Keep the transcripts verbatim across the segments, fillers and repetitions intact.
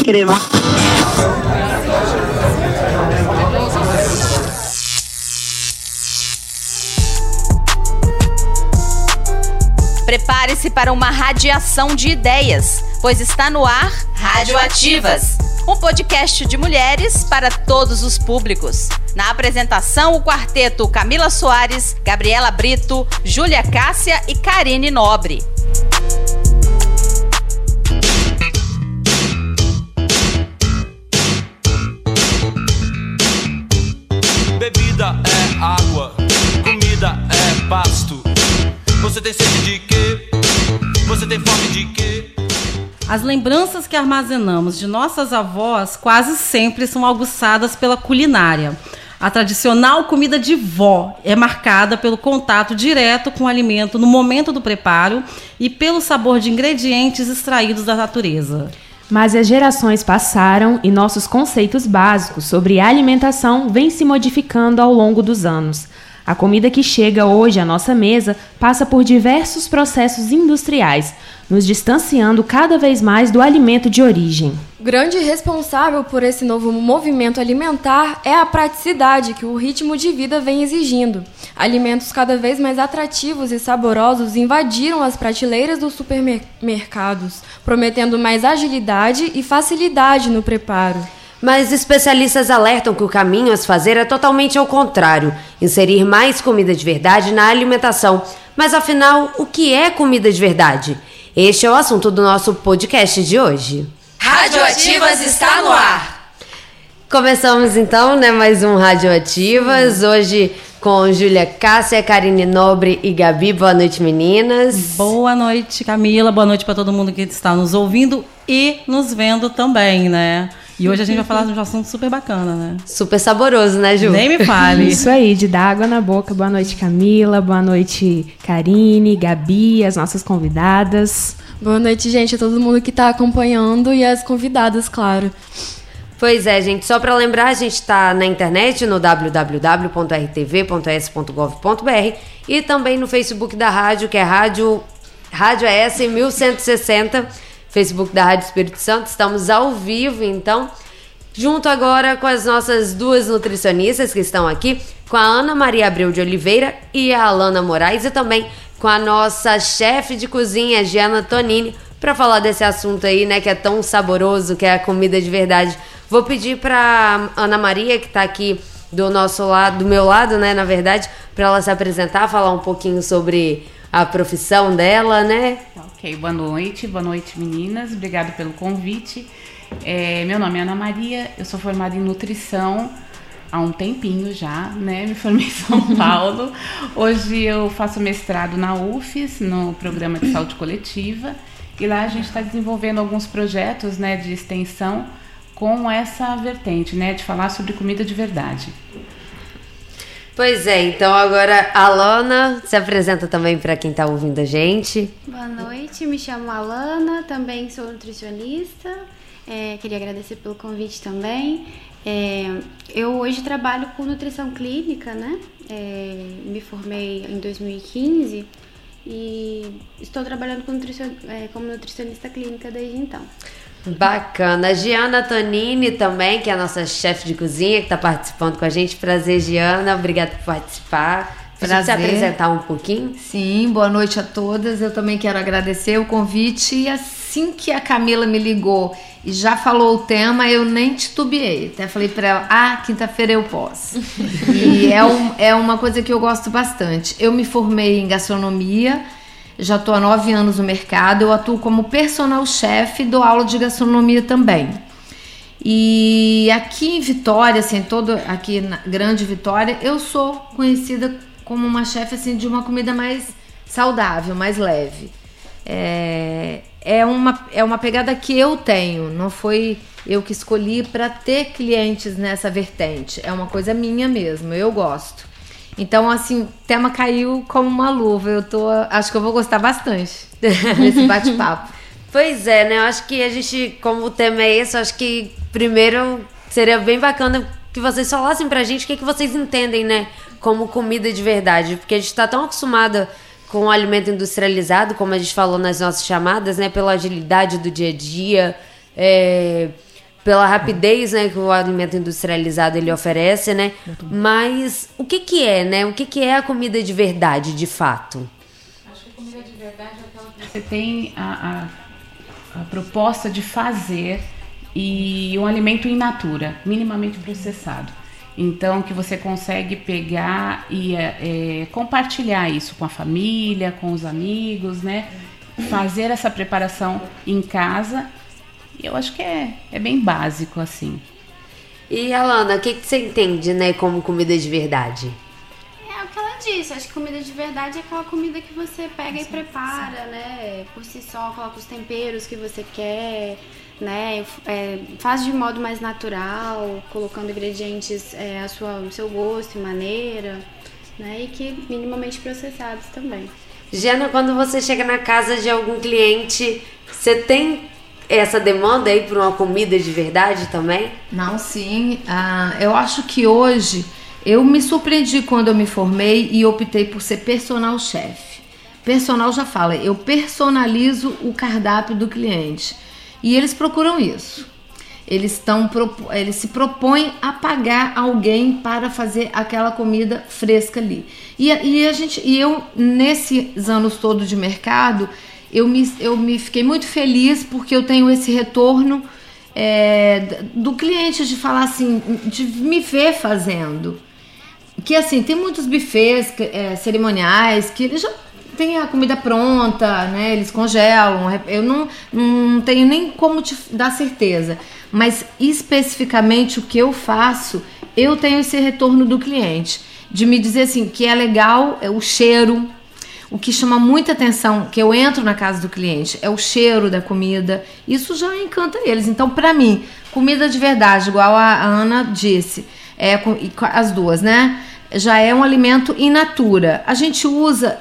crema. Prepare-se para uma radiação de ideias, pois está no ar Radioativas, um podcast de mulheres para todos os públicos. Na apresentação, o quarteto Camila Soares, Gabriela Brito, Júlia Cássia e Karine Nobre. Bebida é água, comida é pasto. Você tem sede de quê? Você tem fome de quê? As lembranças que armazenamos de nossas avós quase sempre são aguçadas pela culinária. A tradicional comida de vó é marcada pelo contato direto com o alimento no momento do preparo e pelo sabor de ingredientes extraídos da natureza. Mas as gerações passaram e nossos conceitos básicos sobre alimentação vêm se modificando ao longo dos anos. A comida que chega hoje à nossa mesa passa por diversos processos industriais, nos distanciando cada vez mais do alimento de origem. Grande responsável por esse novo movimento alimentar é a praticidade que o ritmo de vida vem exigindo. Alimentos cada vez mais atrativos e saborosos invadiram as prateleiras dos supermercados, prometendo mais agilidade e facilidade no preparo. Mas especialistas alertam que o caminho a se fazer é totalmente ao contrário, inserir mais comida de verdade na alimentação. Mas afinal, o que é comida de verdade? Este é o assunto do nosso podcast de hoje. Radioativas está no ar! Começamos então, né, mais um Radioativas, hoje com Júlia Cássia, Karine Nobre e Gabi. Boa noite, meninas. Boa noite, Camila, boa noite para todo mundo que está nos ouvindo e nos vendo também, né? E hoje a gente vai falar de um assunto super bacana, né? Super saboroso, né, Ju? Nem me fale. Isso aí, de dar água na boca. Boa noite, Camila. Boa noite, Karine, Gabi, as nossas convidadas. Boa noite, gente, a todo mundo que está acompanhando e as convidadas, claro. Pois é, gente, só para lembrar, a gente está na internet no w w w ponto r t v ponto s ponto gov ponto b r e também no Facebook da rádio, que é Rádio, rádio S mil cento e sessenta, Facebook da Rádio Espírito Santo. Estamos ao vivo, então, junto agora com as nossas duas nutricionistas que estão aqui, com a Ana Maria Abreu de Oliveira e a Alana Moraes, e também com a nossa chefe de cozinha, Giana Tonini, para falar desse assunto aí, né, que é tão saboroso, que é a comida de verdade. Vou pedir para Ana Maria, que está aqui do nosso lado, do meu lado, né, na verdade, para ela se apresentar, falar um pouquinho sobre a profissão dela, né? Ok, boa noite, boa noite, meninas, obrigada pelo convite. É, meu nome é Ana Maria, eu sou formada em nutrição há um tempinho já, né? Me formei em São Paulo. Hoje eu faço mestrado na U F S, no programa de saúde coletiva, e lá a gente está desenvolvendo alguns projetos, né, de extensão com essa vertente, né, de falar sobre comida de verdade. Pois é, então agora a Alana se apresenta também para quem está ouvindo a gente. Boa noite, me chamo Alana, também sou nutricionista, é, queria agradecer pelo convite também. É, eu hoje trabalho com nutrição clínica, né? É, me formei em dois mil e quinze e estou trabalhando com nutricion, é, como nutricionista clínica desde então. Bacana. A Giana Tonini também, que é a nossa chefe de cozinha, que está participando com a gente. Prazer, Giana. Obrigada por participar. Prazer. Se apresentar um pouquinho. Sim, boa noite a todas. Eu também quero agradecer o convite. E assim que a Camila me ligou e já falou o tema, eu nem titubeei. Até falei para ela, ah, quinta-feira eu posso. E é, um, é uma coisa que eu gosto bastante. Eu me formei em gastronomia, já estou há nove anos no mercado, eu atuo como personal chef e dou aula de gastronomia também. E aqui em Vitória, assim, todo, aqui na Grande Vitória, eu sou conhecida como uma chefe assim, de uma comida mais saudável, mais leve. É, é, uma, é uma pegada que eu tenho, não foi eu que escolhi para ter clientes nessa vertente, é uma coisa minha mesmo, eu gosto. Então, assim, o tema caiu como uma luva. Eu tô, acho que eu vou gostar bastante desse bate-papo. Pois é, né? Eu acho que a gente, como o tema é esse, eu acho que primeiro seria bem bacana que vocês falassem pra gente o que, que vocês entendem, né? Como comida de verdade. Porque a gente tá tão acostumada com o alimento industrializado, como a gente falou nas nossas chamadas, né? Pela agilidade do dia a dia, é... pela rapidez, né, que o alimento industrializado ele oferece, né? Mas o que que é, né? O que que é a comida de verdade, de fato? Acho que a comida de verdade é aquela que você tem a, a, a proposta de fazer e um alimento in natura, minimamente processado. Então, que você consegue pegar e é, compartilhar isso com a família, com os amigos, né? Fazer essa preparação em casa, eu acho que é, é bem básico, assim. E, Alana, o que, que você entende, né, como comida de verdade? É o que ela disse, acho que comida de verdade é aquela comida que você pega e prepara, né? Por si só, coloca os temperos que você quer, né? É, faz de modo mais natural, colocando ingredientes é, a sua, ao seu gosto e maneira, né? E que minimamente processados também. Jana, quando você chega na casa de algum cliente, você tem essa demanda aí por uma comida de verdade também? Não, sim. Ah, eu acho que hoje eu me surpreendi quando eu me formei e optei por ser personal chef. Personal já fala, eu personalizo o cardápio do cliente. E eles procuram isso. Eles, tão, eles se propõem a pagar alguém para fazer aquela comida fresca ali. E, e, a gente, e eu, nesses anos todos de mercado, eu me, eu me fiquei muito feliz porque eu tenho esse retorno é, do cliente de falar assim, de me ver fazendo. Que assim, tem muitos buffets é, cerimoniais que eles já tem a comida pronta, né? Eles congelam. Eu não, não tenho nem como te dar certeza. Mas especificamente o que eu faço, eu tenho esse retorno do cliente. De me dizer assim, que é legal, é o cheiro. O que chama muita atenção, que eu entro na casa do cliente, é o cheiro da comida. Isso já encanta eles. Então, pra mim, comida de verdade, igual a Ana disse, é, as duas, né? Já é um alimento in natura. A gente usa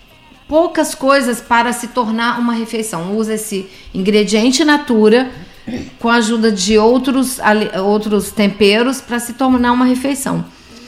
poucas coisas para se tornar uma refeição. Usa esse ingrediente in natura com a ajuda de outros, outros temperos para se tornar uma refeição.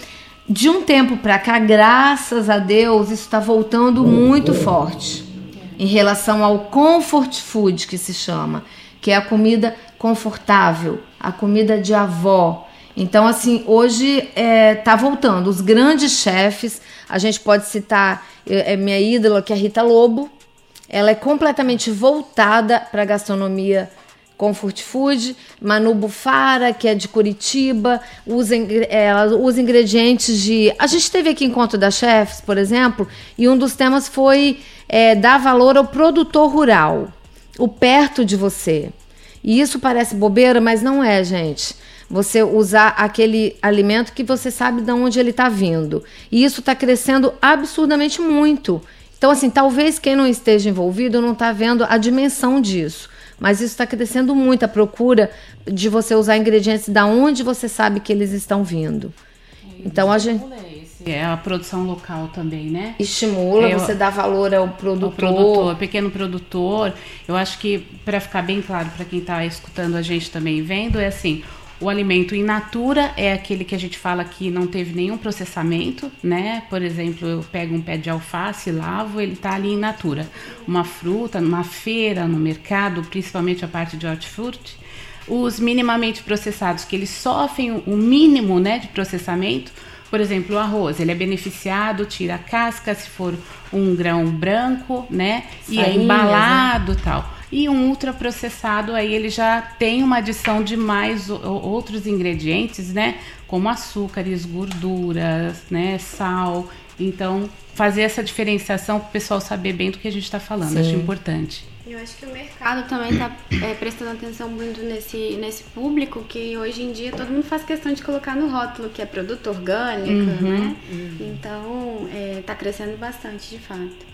De um tempo para cá, graças a Deus, isso está voltando muito forte em relação ao comfort food, que se chama, que é a comida confortável, a comida de avó. Então, assim, hoje é, tá voltando. Os grandes chefes, a gente pode citar é, minha ídola, que é a Rita Lobo. Ela é completamente voltada para a gastronomia comfort food. Manu Bufara, que é de Curitiba, usa, ela usa ingredientes de... A gente teve aqui Encontro das Chefs, por exemplo, e um dos temas foi é, dar valor ao produtor rural, o perto de você. E isso parece bobeira, mas não é, gente. Você usar aquele alimento que você sabe de onde ele está vindo. E isso está crescendo absurdamente muito. Então, assim, talvez quem não esteja envolvido não está vendo a dimensão disso. Mas isso está crescendo muito, a procura de você usar ingredientes da onde você sabe que eles estão vindo. Então, a gente... É a produção local também, né? Estimula, é, você dá valor ao produtor. Ao produtor, pequeno produtor. Eu acho que, para ficar bem claro para quem está escutando a gente também vendo, é assim... O alimento in natura é aquele que a gente fala que não teve nenhum processamento, né? Por exemplo, eu pego um pé de alface, lavo, ele tá ali in natura. Uma fruta, numa feira, no mercado, principalmente a parte de hortifruti. Os minimamente processados, que eles sofrem o mínimo, né, de processamento. Por exemplo, o arroz, ele é beneficiado, tira a casca, se for um grão branco, né? E é embalado e tal. E um ultraprocessado, aí ele já tem uma adição de mais outros ingredientes, né? Como açúcares, gorduras, né? Sal. Então, fazer essa diferenciação para o pessoal saber bem do que a gente está falando. Sim. Acho importante. Eu acho que o mercado também está é, prestando atenção muito nesse, nesse público, que hoje em dia todo mundo faz questão de colocar no rótulo que é produto orgânico, uhum, né? Uhum. Então, está é, crescendo bastante, de fato.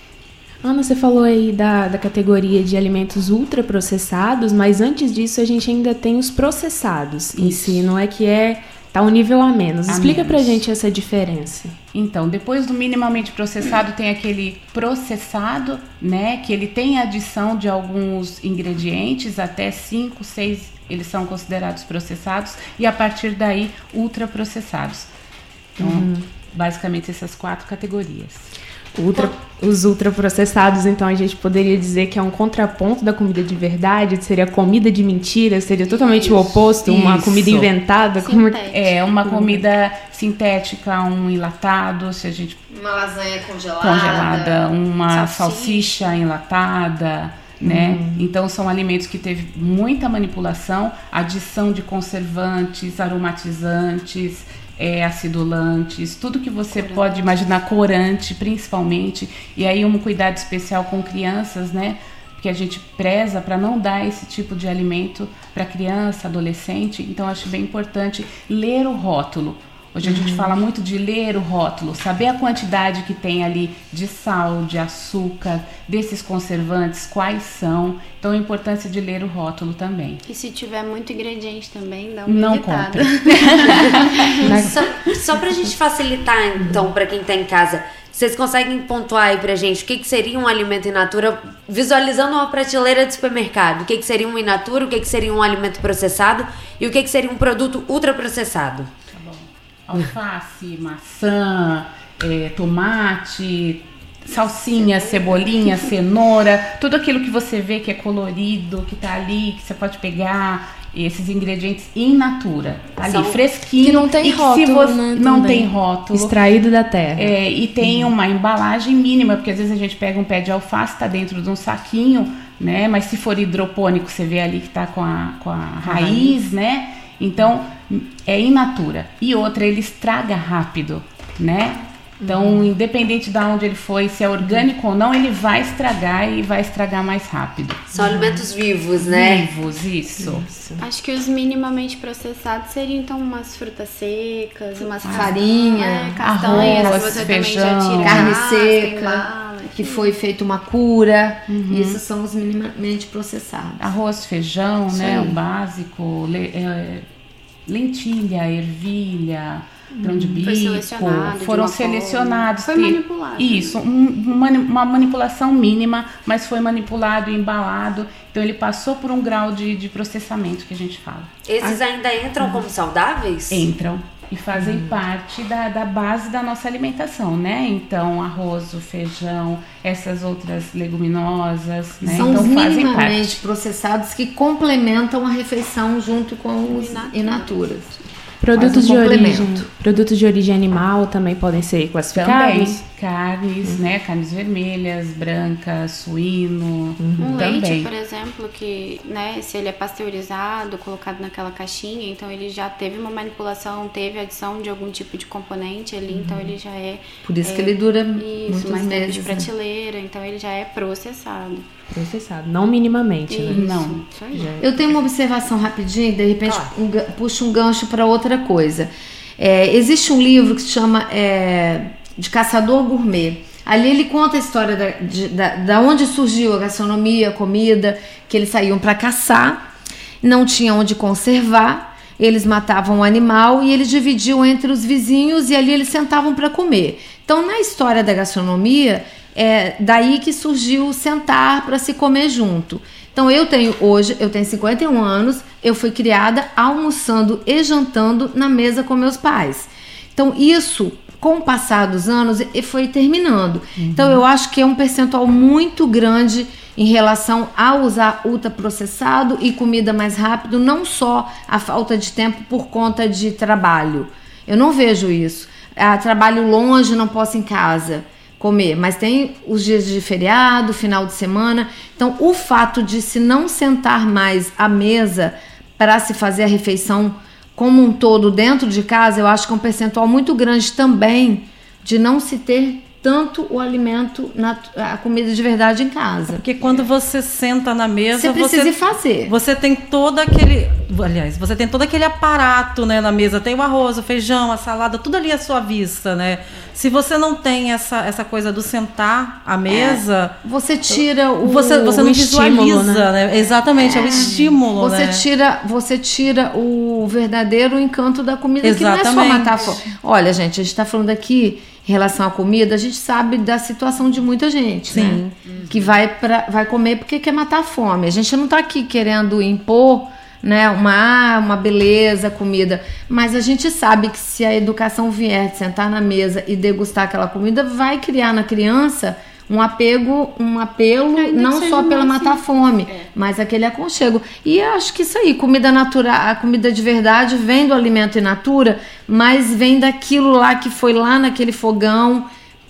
Ana, você falou aí da, da categoria de alimentos ultraprocessados, mas antes disso a gente ainda tem os processados em si, não é que é... Tá um nível a menos. A Explica menos. Pra gente essa diferença. Então, depois do minimamente processado, tem aquele processado, né? Que ele tem adição de alguns ingredientes, até cinco, seis, eles são considerados processados. E a partir daí, ultraprocessados. Então, uhum. basicamente essas quatro categorias. Ultra, os ultraprocessados, então, a gente poderia dizer que é um contraponto da comida de verdade, seria comida de mentira, seria totalmente Isso. o oposto, uma Isso. comida inventada. Como... É, uma comida sintética, um enlatado, se a gente... Uma lasanha congelada. Congelada, uma salsicha, salsicha enlatada, né? Hum. Então, são alimentos que teve muita manipulação, adição de conservantes, aromatizantes, É, acidulantes, tudo que você corante. Pode imaginar, corante principalmente, e aí um cuidado especial com crianças, né? Porque a gente preza para não dar esse tipo de alimento para criança, adolescente, então acho bem importante ler o rótulo. Hoje a uhum. gente fala muito de ler o rótulo, saber a quantidade que tem ali de sal, de açúcar, desses conservantes, quais são. Então a importância de ler o rótulo também. E se tiver muito ingrediente também, dá uma Não evitada. compra. Só, só pra gente facilitar, então, pra quem tá em casa, vocês conseguem pontuar aí pra gente o que, que seria um alimento in natura, visualizando uma prateleira de supermercado? O que, que seria um in natura, o que, que seria um alimento processado e o que, que seria um produto ultraprocessado? Alface, maçã, é, tomate, salsinha, cebolinha, cenoura, tudo aquilo que você vê que é colorido, que tá ali, que você pode pegar, esses ingredientes in natura, tá ali, São fresquinho. Que não tem e rótulo, se você, né, não também. tem rótulo. Extraído da terra. É, e tem uma embalagem mínima, porque às vezes a gente pega um pé de alface, tá dentro de um saquinho, né? Mas se for hidropônico, você vê ali que tá com a, com a raiz, né? Então, é in natura. E outra, ele estraga rápido, né? Então, uhum. independente de onde ele foi, se é orgânico uhum. ou não, ele vai estragar e vai estragar mais rápido. São uhum. alimentos vivos, né? Vivos, isso. isso. Acho que os minimamente processados seriam, então, umas frutas secas, umas farinha, é, castanhas, arroz, você feijão, também já tira carne casca, seca, embala, que foi feita uma cura. Uhum. Esses são os minimamente processados. Arroz, feijão, Isso né? Aí. O básico, le, é, lentilha, ervilha, grão de bico, foram selecionados. Foi manipulado. Isso, um, uma, uma manipulação mínima, mas foi manipulado, embalado. Então ele passou por um grau de, de processamento que a gente fala. Esses ah, ainda entram como saudáveis? Entram. E fazem hum. parte da, da base da nossa alimentação, né? Então, arroz, o feijão, essas outras leguminosas, né? São então, os fazem minimamente parte. processados que complementam a refeição junto com os in naturas. Produtos de origem, produtos de origem animal também podem ser classificados? Também, carnes, uhum. né? Carnes vermelhas, brancas, suíno, uhum. Um também. leite, por exemplo, que, né, se ele é pasteurizado, colocado naquela caixinha, então ele já teve uma manipulação, teve adição de algum tipo de componente ali, uhum. então ele já é... Por isso é, que ele dura isso, muitos mais tempo meses, de prateleira, né? Então ele já é processado. Processado, não minimamente, isso, né? Não. Isso aí. Eu tenho uma observação rapidinho, de repente ah. um, puxo um gancho para outra coisa. É, existe um livro que se chama é, De Caçador Gourmet. Ali ele conta a história da, de, da, da onde surgiu a gastronomia, a comida, que eles saíam para caçar, não tinham onde conservar, eles matavam o animal e eles dividiam entre os vizinhos e ali eles sentavam para comer. Então, na história da gastronomia, é daí que surgiu o sentar para se comer junto. Então eu tenho hoje, eu tenho cinquenta e um anos, eu fui criada almoçando e jantando na mesa com meus pais. Então isso, com o passar dos anos, foi terminando. Uhum. Então eu acho que é um percentual muito grande em relação a usar ultraprocessado e comida mais rápido, não só a falta de tempo por conta de trabalho. Eu não vejo isso. Ah, trabalho longe, não posso em casa comer, mas tem os dias de feriado, final de semana. Então, o fato de se não sentar mais à mesa para se fazer a refeição como um todo dentro de casa, eu acho que é um percentual muito grande também de não se ter tanto o alimento, a comida de verdade em casa. Porque quando você senta na mesa, você precisa você, ir fazer. Você tem todo aquele, aliás, você tem todo aquele aparato, né, na mesa. Tem o arroz, o feijão, a salada, tudo ali à sua vista, né? Se você não tem essa, essa coisa do sentar à mesa, é, você tira o você você o não estímulo, visualiza, né? né? Exatamente, é, é o estímulo, você né? tira você tira o verdadeiro encanto da comida. Exatamente. Que não é só matar a fome. Olha, gente, a gente está falando aqui em relação à comida, a gente sabe da situação de muita gente, Sim. né? Uhum. Que vai, pra, vai comer porque quer matar a fome. A gente não está aqui querendo impor né? Uma, uma beleza, comida. Mas a gente sabe que se a educação vier de sentar na mesa e degustar aquela comida, vai criar na criança um apego, um apelo, Ainda não que só seja pela mais matar a fome, É. mas aquele aconchego. E eu acho que isso aí, comida natural, a comida de verdade vem do alimento in natura, mas vem daquilo lá que foi lá naquele fogão,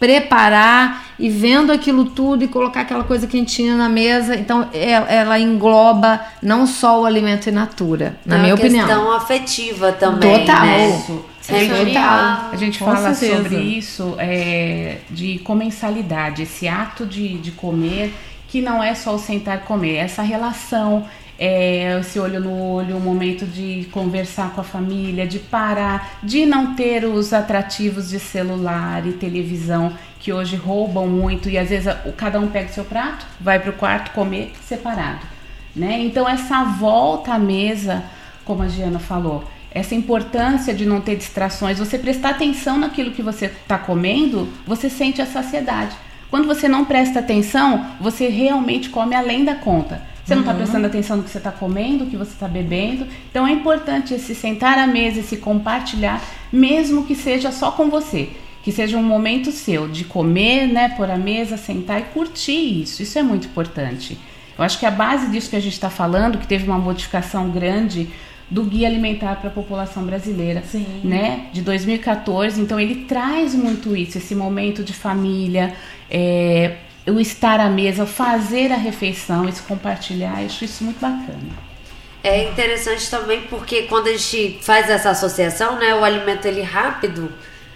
preparar e vendo aquilo tudo e colocar aquela coisa quentinha na mesa. Então é- ela engloba não só o alimento in natura, na É minha uma opinião. questão afetiva também, Total. né? Isso. É Total. A gente Com fala certeza. sobre isso é, de comensalidade, esse ato de, de comer, que não é só o sentar e comer, essa relação, é, esse olho no olho, o momento de conversar com a família, de parar, de não ter os atrativos de celular e televisão que hoje roubam muito e às vezes a- o- cada um pega o seu prato, vai para o quarto comer separado, né? Então essa volta à mesa, como a Giana falou, essa importância de não ter distrações, você prestar atenção naquilo que você está comendo, você sente a saciedade. Quando você não presta atenção, você realmente come além da conta. Você não está prestando atenção no que você está comendo, no que você está bebendo. Então é importante esse sentar à mesa, esse compartilhar, mesmo que seja só com você. Que seja um momento seu de comer, né, pôr a mesa, sentar e curtir isso. Isso é muito importante. Eu acho que a base disso que a gente está falando, que teve uma modificação grande do Guia Alimentar para a População Brasileira, né, de dois mil e quatorze. Então ele traz muito isso, esse momento de família, é, o estar à mesa, o fazer a refeição, esse compartilhar. Eu acho isso muito bacana. É interessante também porque quando a gente faz essa associação, né, o alimento ele rápido,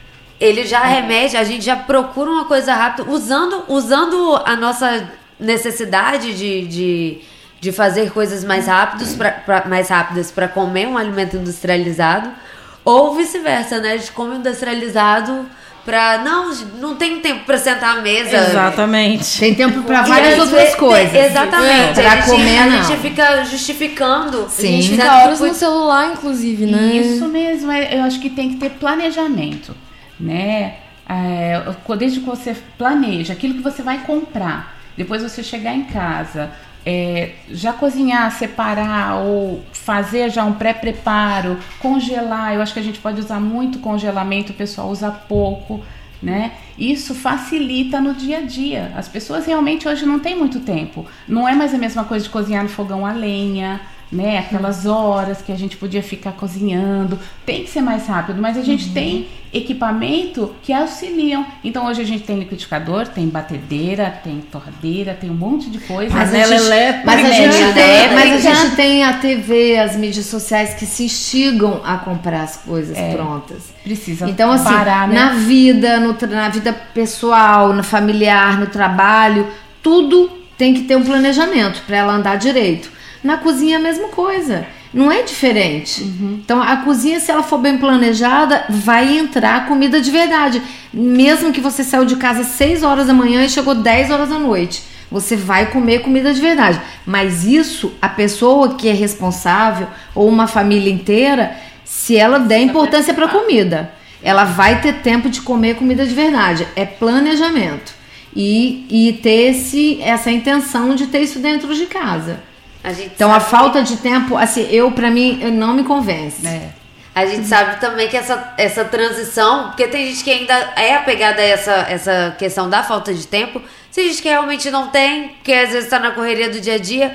ele já remete, a gente já procura uma coisa rápida, usando, usando a nossa necessidade de, de, de fazer coisas mais, rápidos pra, pra, mais rápidas para comer um alimento industrializado, ou vice-versa, né? A gente come industrializado para não, não tem tempo para sentar à mesa. Exatamente. Tem tempo para E várias às outras vezes- coisas. Exatamente. É, pra a gente, comer, a não. gente fica justificando. A Sim. gente fica Certo? horas no celular, inclusive, né? Isso mesmo, é, eu acho que tem que ter planejamento, né? É, desde que você planeja aquilo que você vai comprar, depois você chegar em casa, é, já cozinhar, separar ou fazer já um pré-preparo, congelar. Eu acho que a gente pode usar muito congelamento, o pessoal usa pouco, né? Isso facilita no dia a dia. As pessoas realmente hoje não têm muito tempo. Não é mais a mesma coisa de cozinhar no fogão a lenha, né? Aquelas horas que a gente podia ficar cozinhando. Tem que ser mais rápido, mas a gente tem equipamento que auxiliam. Então hoje a gente tem liquidificador, tem batedeira, tem torradeira, tem um monte de coisa. Mas a Panela gente, elétrica, mas a né? gente Panela tem, mas a elétrica. gente tem a T V, as mídias sociais que se instigam a comprar as coisas É. prontas. Precisa Então, assim, parar, né? na vida, no tra- na vida pessoal, no familiar, no trabalho, tudo tem que ter um planejamento para ela andar direito. Na cozinha é a mesma coisa. Não é diferente. Então, a cozinha, se ela for bem planejada, vai entrar comida de verdade. Mesmo que você saiu de casa às seis horas da manhã e chegou dez horas da noite. Você vai comer comida de verdade. Mas isso, a pessoa que é responsável, ou uma família inteira, se ela der importância para a comida, ela vai ter tempo de comer comida de verdade. É planejamento. E, e ter esse, essa intenção de ter isso dentro de casa. A gente Então, a sabe falta de tempo, assim, eu, pra mim, não me convence. É. A gente sabe também que essa, essa transição, porque tem gente que ainda é apegada a essa, essa questão da falta de tempo, tem gente que realmente não tem, que às vezes está na correria do dia a dia,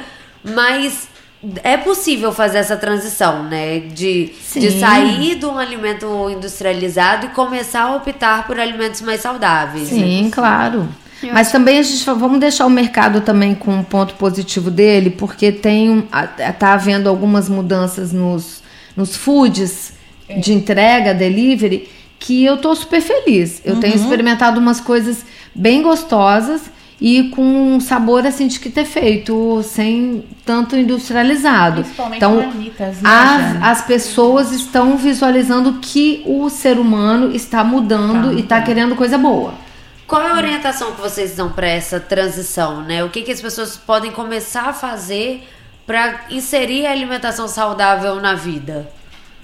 mas é possível fazer essa transição, né? De, de Sim. sair de um alimento industrializado e começar a optar por alimentos mais saudáveis. Sim, né? claro. Mas também a gente fa- vamos deixar o mercado também com um ponto positivo dele, porque tem um, a- tá havendo algumas mudanças nos, nos foods de entrega, delivery, que eu tô super feliz. Eu tenho experimentado umas coisas bem gostosas e com um sabor assim de que ter feito sem tanto industrializado. Principalmente Então, marmitas, né, as, Jane? as pessoas estão visualizando que o ser humano está mudando Tá e está mudando. querendo coisa boa. Qual é a orientação que vocês dão para essa transição, né? O que, que as pessoas podem começar a fazer para inserir a alimentação saudável na vida?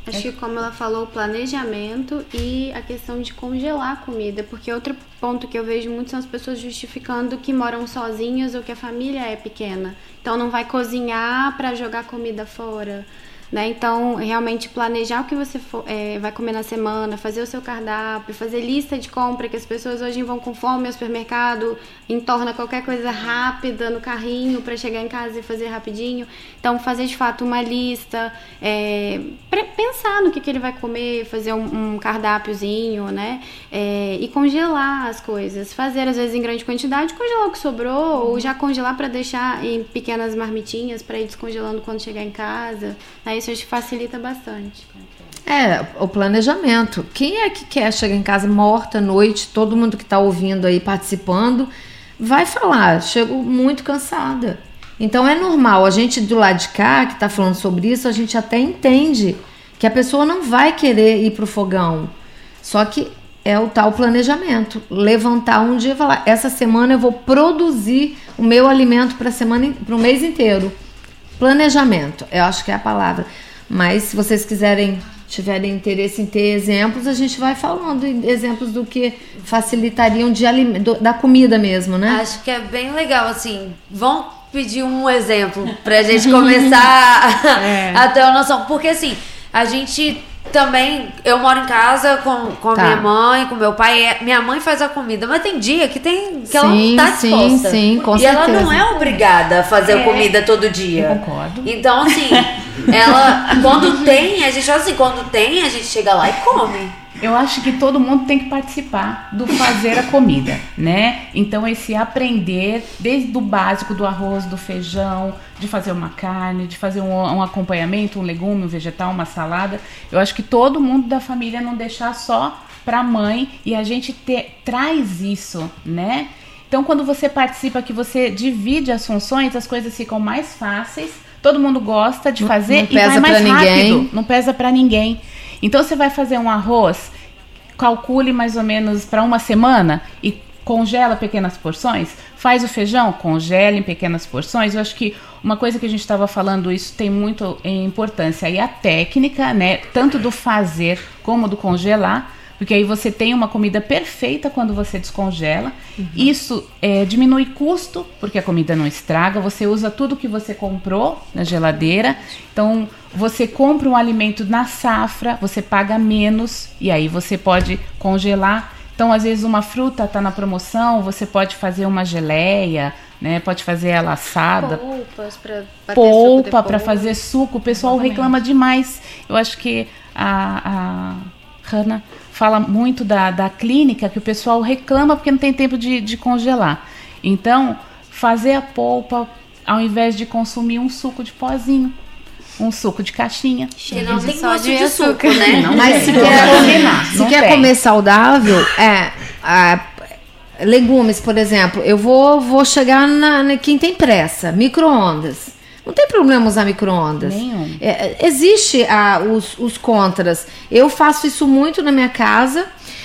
Acho que, como ela falou, o planejamento e a questão de congelar a comida. Porque outro ponto que eu vejo muito são as pessoas justificando que moram sozinhas ou que a família é pequena. Então, não vai cozinhar para jogar comida fora. Né? Então, realmente planejar o que você for, é, vai comer na semana, fazer o seu cardápio, fazer lista de compra, que as pessoas hoje vão com fome ao supermercado, entorna qualquer coisa rápida no carrinho para chegar em casa e fazer rapidinho. Então, fazer de fato uma lista, é, pensar no que, que ele vai comer, fazer um, um cardápiozinho, né? É, e congelar as coisas, fazer às vezes em grande quantidade, congelar o que sobrou, ou já congelar para deixar em pequenas marmitinhas para ir descongelando quando chegar em casa. Né? Isso acho que facilita bastante. É, o planejamento. Quem é que quer chegar em casa morta à noite? Todo mundo que está ouvindo aí, participando, vai falar, chego muito cansada. Então é normal, a gente do lado de cá, que está falando sobre isso, a gente até entende que a pessoa não vai querer ir pro fogão. Só que é o tal planejamento. Levantar um dia e falar, essa semana eu vou produzir o meu alimento para semana, para o mês inteiro. Planejamento, eu acho que é a palavra. Mas se vocês quiserem, tiverem interesse em ter exemplos, a gente vai falando exemplos do que facilitariam de alimento, da comida mesmo, né? Acho que é bem legal, assim. Vão pedir um exemplo pra gente começar é. a ter uma noção. Porque assim, a gente também, eu moro em casa com, com Tá. a minha mãe, com meu pai. é- Minha mãe faz a comida, mas tem dia que, tem, que ela Sim, não tá sim, disposta. sim, com e ela certeza. não é obrigada a fazer É. a comida todo dia. Eu concordo. Então, assim, ela, quando tem, a gente fala assim, quando tem, a gente chega lá e come. Eu acho que todo mundo tem que participar do fazer a comida, né? Então esse aprender desde o básico do arroz, do feijão, de fazer uma carne, de fazer um, um acompanhamento, um legume, um vegetal, uma salada. Eu acho que todo mundo da família não deixar só para a mãe e a gente ter, traz isso, né? Então quando você participa, que você divide as funções, as coisas ficam mais fáceis. Todo mundo gosta de fazer não e vai pesa mais pra rápido. ninguém. Não pesa para ninguém. Então você vai fazer um arroz, calcule mais ou menos para uma semana e congela pequenas porções. Faz o feijão, congela em pequenas porções. Eu acho que uma coisa que a gente estava falando, isso tem muito importância. E a técnica, né, tanto do fazer como do congelar, porque aí você tem uma comida perfeita quando você descongela. Uhum. Isso é, diminui custo, porque a comida não estraga. Você usa tudo que você comprou na geladeira. Então, você compra um alimento na safra, você paga menos e aí você pode congelar. Então, às vezes, uma fruta está na promoção, você pode fazer uma geleia, né? Pode fazer ela assada. Polpas pra, pra Polpa para fazer suco. O pessoal Exatamente. reclama demais. Eu acho que a, a Hannah fala muito da, da clínica, que o pessoal reclama porque não tem tempo de, de congelar. Então, fazer a polpa ao invés de consumir um suco de pozinho. Um suco de caixinha. Que não tem só gosto de de suco, né? Não Mas se tem. quer, Não comer, se tem. quer comer saudável, é, é, legumes, por exemplo, eu vou, vou chegar na, na quem tem pressa, micro-ondas. Não tem problema usar micro-ondas. Nenhum. É, existe ah, os, os contras. Eu faço isso muito na minha casa.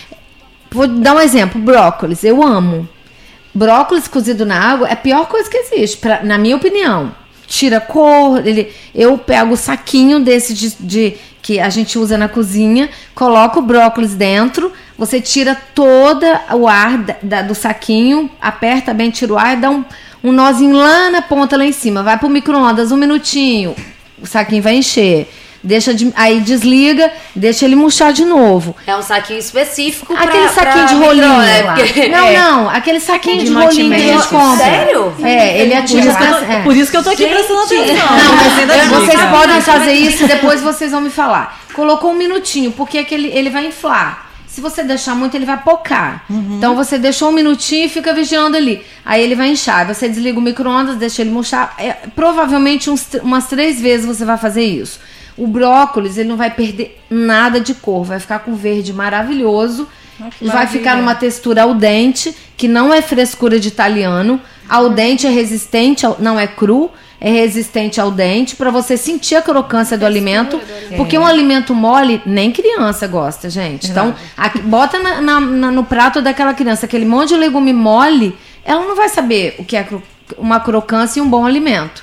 Vou dar um exemplo, brócolis. Eu amo. Brócolis cozido na água é a pior coisa que existe, pra, na minha opinião. Tira cor, ele, eu pego o saquinho desse de, de, que a gente usa na cozinha, coloco o brócolis dentro, você tira todo o ar da, da, do saquinho, aperta bem, tira o ar e dá um, um nozinho lá na ponta, lá em cima. Vai pro micro-ondas, um minutinho, o saquinho vai encher. Deixa de, aí desliga, deixa ele murchar de novo. É um saquinho específico Aquele pra, saquinho pra de rolinho. micro, É, né? Porque- não, é. não, aquele saquinho de, De rolinho que a gente mantimentos. compra. Sério? É, ele Por atira. isso, que eu tô, é. por isso que eu tô aqui Gente, prestando atenção. Não, mas Gostei da vocês dica. podem fazer isso e depois vocês vão me falar. Colocou um minutinho, porque aquele, ele vai inflar. Se você deixar muito, ele vai pocar. Uhum. Então você deixou um minutinho e fica vigiando ali. Aí ele vai inchar. Você desliga o micro-ondas, deixa ele murchar. É, provavelmente uns, umas três vezes você vai fazer isso. O brócolis, ele não vai perder nada de cor. Vai ficar com verde maravilhoso. Ah, que Vai maravilha. ficar numa textura al dente, que não é frescura de italiano. Al dente é resistente, ao, não é cru. É resistente ao dente, para você sentir a crocância do alimento. Porque um alimento mole, nem criança gosta, gente. Então, aqui, bota na, na, na, no prato daquela criança aquele monte de legume mole, ela não vai saber o que é cro- uma crocância e um bom alimento.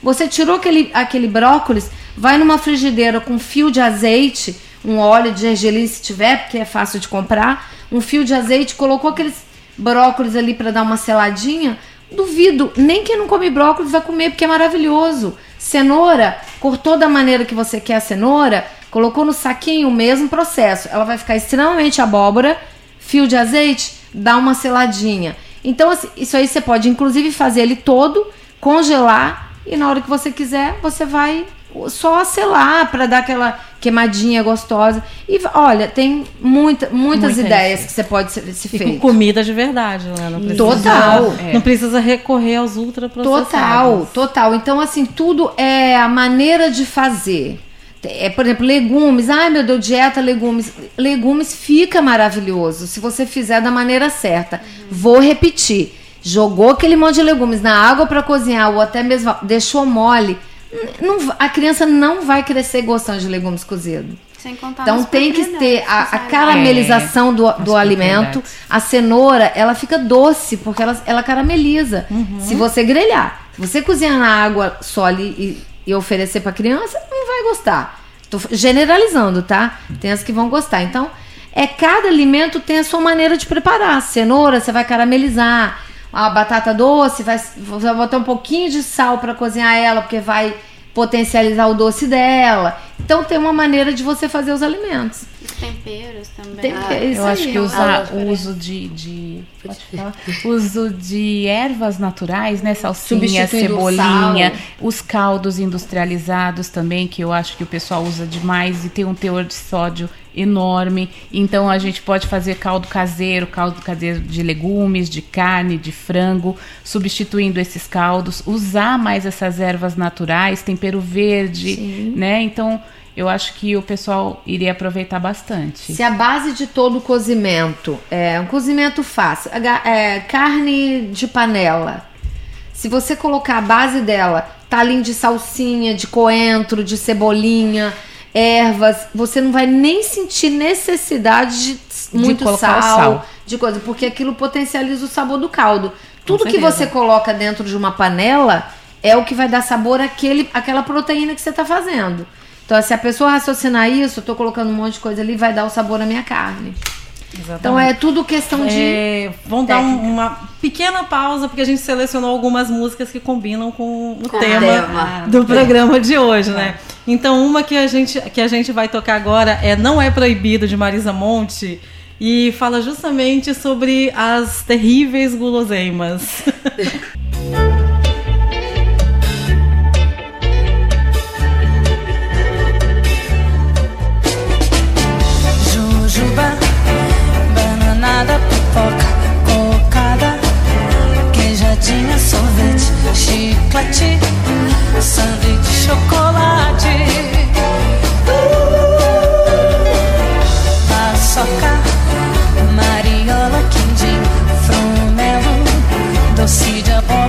Você tirou aquele, aquele brócolis, vai numa frigideira com fio de azeite, um óleo de gergelim se tiver, porque é fácil de comprar, um fio de azeite, colocou aqueles brócolis ali para dar uma seladinha. Duvido, nem quem não come brócolis vai comer, porque é maravilhoso. Cenoura, cortou da maneira que você quer a cenoura, colocou no saquinho, o mesmo processo. Ela vai ficar extremamente abóbora, fio de azeite, dá uma seladinha. Então, assim, isso aí você pode, inclusive, fazer ele todo, congelar, e na hora que você quiser, você vai só selar para dar aquela queimadinha gostosa. E olha, tem muita, muitas Muita ideias isso. que você pode se, se E feito. com comida de verdade, né? Não precisa, Total. Não precisa recorrer aos ultraprocessados. Total, total. Então, assim, tudo é a maneira de fazer. É, por exemplo, legumes. Ai, meu Deus, dieta legumes. Legumes fica maravilhoso se você fizer da maneira certa. Uhum. Vou repetir. Jogou aquele monte de legumes na água para cozinhar ou até mesmo deixou mole. Não, a criança não vai crescer gostando de legumes cozidos. Sem contar Então as tem que ter a, a propriedades, caramelização do, as do alimento. A cenoura, ela fica doce porque ela, ela carameliza. Uhum. Se você grelhar, se você cozinhar na água só ali e, e oferecer pra criança, não vai gostar. Tô generalizando, tá? Tem as que vão gostar. Então, é cada alimento tem a sua maneira de preparar. Cenoura, você vai caramelizar. A batata doce, vai, você vai botar um pouquinho de sal para cozinhar ela, porque vai potencializar o doce dela. Então tem uma maneira de você fazer os alimentos. Os temperos também. Tempero, isso Eu acho aí, que ó. usar o uso de, de pode falar? uso de ervas naturais, né, salsinha, Substituindo o cebolinha, sal. os caldos industrializados também, que eu acho que o pessoal usa demais e tem um teor de sódio enorme. Então a gente pode fazer caldo caseiro, caldo caseiro de legumes, de carne, de frango, substituindo esses caldos, usar mais essas ervas naturais, tempero verde, Sim. né? Então eu acho que o pessoal iria aproveitar bastante. Se a base de todo o cozimento é um cozimento fácil, é, carne de panela, se você colocar a base dela, talinho de salsinha, de coentro, de cebolinha, ervas, você não vai nem sentir necessidade de muito De sal, colocar o sal. de coisa, porque aquilo potencializa o sabor do caldo. Tudo que certeza. você coloca dentro de uma panela é o que vai dar sabor àquele, àquela proteína que você está fazendo. Então, se a pessoa raciocinar isso, eu tô colocando um monte de coisa ali, vai dar o sabor à minha carne. Exatamente. Então, é tudo questão de... É, vamos dar um- uma pequena pausa, porque a gente selecionou algumas músicas que combinam com o Com o tema, tema. do programa de hoje, né? Então, uma que a, gente, que a gente vai tocar agora é Não É Proibido, de Marisa Monte, e fala justamente sobre as terríveis guloseimas. Jujuba, bananada, pipoca, cocada, queijadinha, sorvete, chiclete, sanduíche, chocolate, uh, paçoca, mariola, quindim, frumelo, doce de abóbora.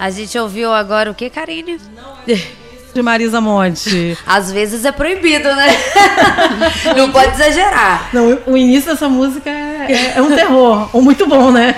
A gente ouviu agora o que, Karine? De Marisa Monte. Às vezes é proibido, né? Não pode exagerar. Não, o início dessa música é, é um terror, ou muito bom, né?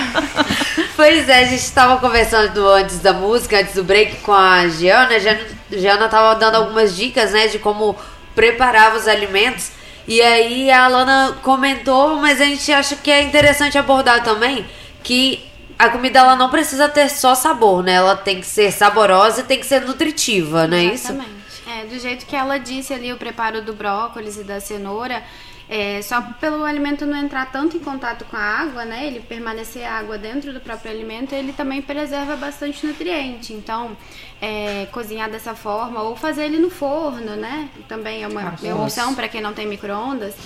Pois é, a gente estava conversando antes da música, antes do break com a Giana. A Giana estava dando algumas dicas, né, de como preparar os alimentos. E aí a Alana comentou, mas a gente acha que é interessante abordar também que a comida ela não precisa ter só sabor, né? Ela tem que ser saborosa e tem que ser nutritiva, não é isso? Exatamente. É, do jeito que ela disse ali, o preparo do brócolis e da cenoura, é, só pelo alimento não entrar tanto em contato com a água, né? Ele permanecer a água dentro do próprio alimento, ele também preserva bastante nutriente. Então, é, cozinhar dessa forma ou fazer ele no forno, né? Também é uma, é uma opção para quem não tem micro-ondas.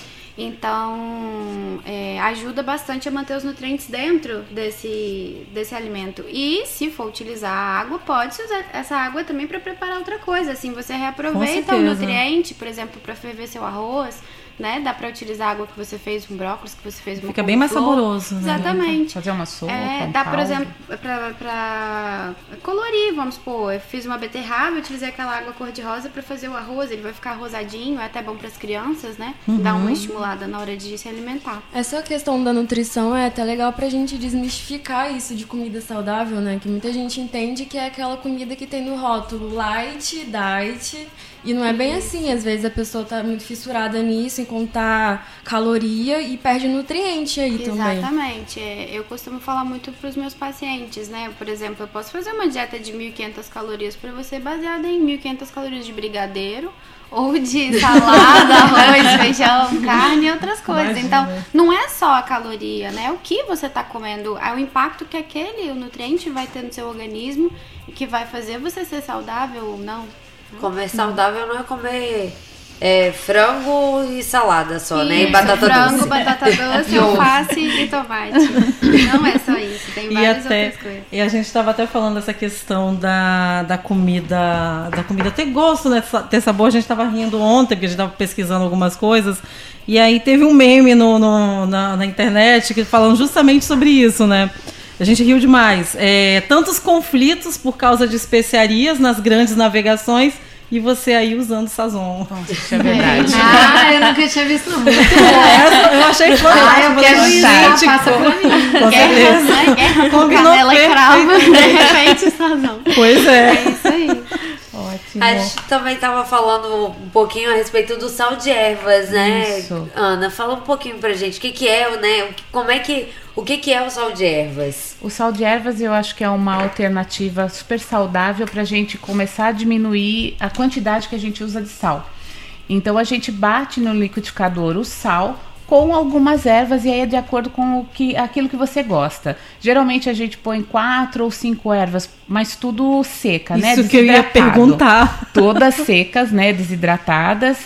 Então, é, ajuda bastante a manter os nutrientes dentro desse, desse alimento. E, se for utilizar a água, pode usar essa água também para preparar outra coisa. Assim, você reaproveita o nutriente, por exemplo, para ferver seu arroz, né? Dá para utilizar a água que você fez com brócolis, que você fez com Fica bem mais saboroso, né? Exatamente. Fazer uma sopa, é, um dá, caldo. por exemplo, pra, pra colorir, vamos supor. Eu fiz uma beterraba, eu utilizei aquela água cor-de-rosa para fazer o arroz. Ele vai ficar rosadinho, é até bom para as crianças, né? Uhum. Dá uma estimulada na hora de se alimentar. Essa questão da nutrição é até legal pra gente desmistificar isso de comida saudável, né? Que muita gente entende que é aquela comida que tem no rótulo light, diet, e não é bem assim. Às vezes a pessoa tá muito fissurada nisso, em contar caloria e perde nutriente aí também. Exatamente. É, eu costumo falar muito pros meus pacientes, né? Por exemplo, eu posso fazer uma dieta de mil e quinhentas calorias pra você baseada em mil e quinhentas calorias de brigadeiro, ou de salada, arroz, feijão, carne e outras coisas. Imagina. Então, não é só a caloria, né? O que você está comendo, é o impacto que aquele o nutriente vai ter no seu organismo e que vai fazer você ser saudável ou não. Comer saudável não é comer é, frango e salada só, né? E Isso, batata frango, doce. batata doce, alface e tomate. Não é só isso, tem E, várias até, outras coisas. e a gente estava até falando dessa questão da, da comida, da comida ter gosto, né, ter sabor. A gente estava rindo ontem, porque a gente estava pesquisando algumas coisas, e aí teve um meme no, no, na, na internet que falando justamente sobre isso, né? A gente riu demais. É, tantos conflitos por causa de especiarias nas grandes navegações e você aí usando Sazon. Isso é verdade. Ah, eu nunca tinha visto não. Essa eu achei fantástico. Ah, eu quero Gente, usar, passa pra mim. com Guerra, certeza. né? Guerra com Combinou canela e cravo, perfeito. de repente, sazão. Pois é. É isso aí. Ótimo. A gente também estava falando um pouquinho a respeito do sal de ervas, né? Isso. Ana, fala um pouquinho pra gente o que, que é, né? O que- Como é que, o que, que é o sal de ervas? O sal de ervas eu acho que é uma alternativa super saudável para a gente começar a diminuir a quantidade que a gente usa de sal. Então a gente bate no liquidificador o sal com algumas ervas e aí é de acordo com o que, aquilo que você gosta. Geralmente a gente põe quatro ou cinco ervas, mas tudo seca, né? Isso que eu ia Desidratado. perguntar. Todas secas, né? Desidratadas.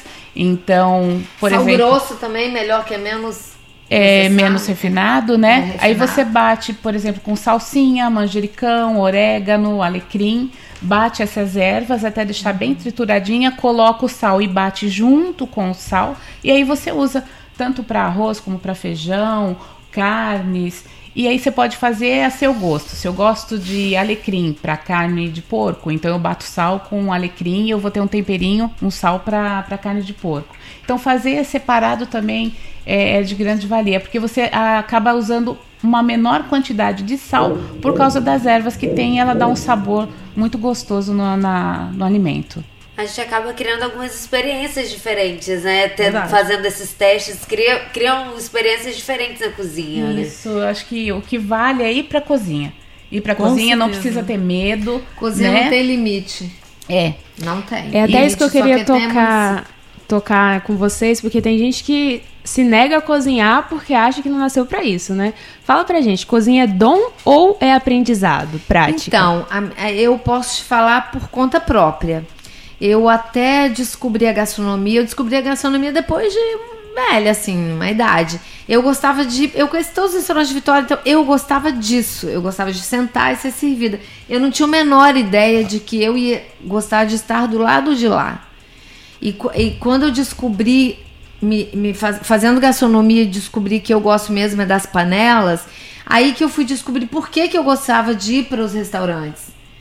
Então, por Sal exemplo... grosso também, melhor, que é menos... É processado. menos refinado, né? É, refinado. Aí você bate, por exemplo, com salsinha, manjericão, orégano, alecrim, bate essas ervas até deixar bem trituradinha, coloca o sal e bate junto com o sal, e aí você usa tanto para arroz como para feijão, carnes, e aí você pode fazer a seu gosto. Se eu gosto de alecrim para carne de porco, então eu bato sal com alecrim e eu vou ter um temperinho, um sal para carne de porco. Então fazer separado também é, é de grande valia, porque você acaba usando uma menor quantidade de sal por causa das ervas que tem, ela dá um sabor muito gostoso no, na, no alimento. A gente acaba criando algumas experiências diferentes, né? Tendo- Verdade. fazendo esses testes, cria, criam experiências diferentes na cozinha, né? Isso, eu acho que o que vale é ir pra cozinha. Ir pra Com cozinha, não certeza. precisa ter medo. Cozinha né? não tem limite. É. Não tem. É até Limite, isso que eu só queria temos- tocar, tocar com vocês, porque tem gente que se nega a cozinhar porque acha que não nasceu pra isso, né? Fala pra gente, cozinha é dom ou é aprendizado, prática? Então, a- a- eu posso te falar por conta própria. Eu até descobri a gastronomia, eu descobri a gastronomia depois de velha, assim, uma idade. Eu gostava de... Eu conheci todos os restaurantes de Vitória, então eu gostava disso. Eu gostava de sentar e ser servida. Eu não tinha a menor ideia de que eu ia gostar de estar do lado de lá. E, qu- e quando eu descobri, me, me faz- fazendo gastronomia, descobri que eu gosto mesmo é das panelas, aí que eu fui descobrir por que, que eu gostava de ir para os restaurantes.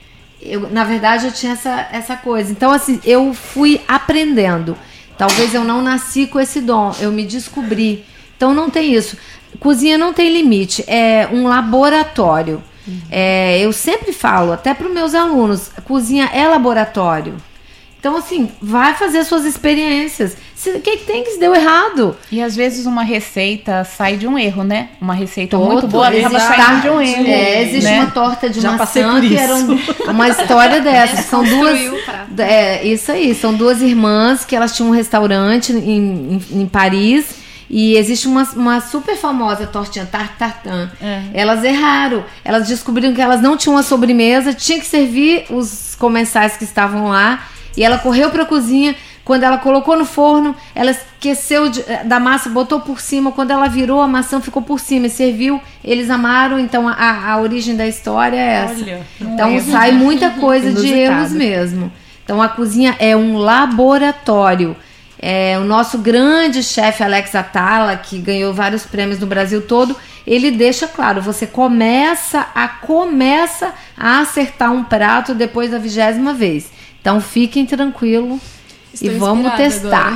eu, na verdade, eu tinha essa, essa coisa. Então, assim, eu fui aprendendo. Talvez eu não nasci com esse dom, eu me descobri. Então, não tem isso. Cozinha não tem limite, é um laboratório. Uhum. É, eu sempre falo, até para os meus alunos, a cozinha é laboratório. Então, assim, vai fazer suas experiências. O que, que tem que se deu errado? E às vezes uma receita sai de um erro, né? Uma receita Todo, muito boa acaba saindo de um erro. É, existe né? uma torta de Já maçã que era um, uma história dessa. São duas. É, isso aí, são duas irmãs que elas tinham um restaurante em, em, em Paris. E existe uma, uma super famosa tortinha tarte tartan. É. Elas erraram. Elas descobriram que elas não tinham uma sobremesa, tinha que servir os comensais que estavam lá. E ela correu para a cozinha. Quando ela colocou no forno, ela esqueceu de, da massa, botou por cima. Quando ela virou, a maçã ficou por cima e serviu. Eles amaram. Então, a, a origem da história é essa. Olha, então, erro. Sai muita coisa de erros mesmo. Então, a cozinha é um laboratório. É, o nosso grande chefe Alex Atala, que ganhou vários prêmios no Brasil todo, ele deixa claro, você começa a, começa a acertar um prato depois da vigésima vez. Então fiquem tranquilos. Estou e vamos testar.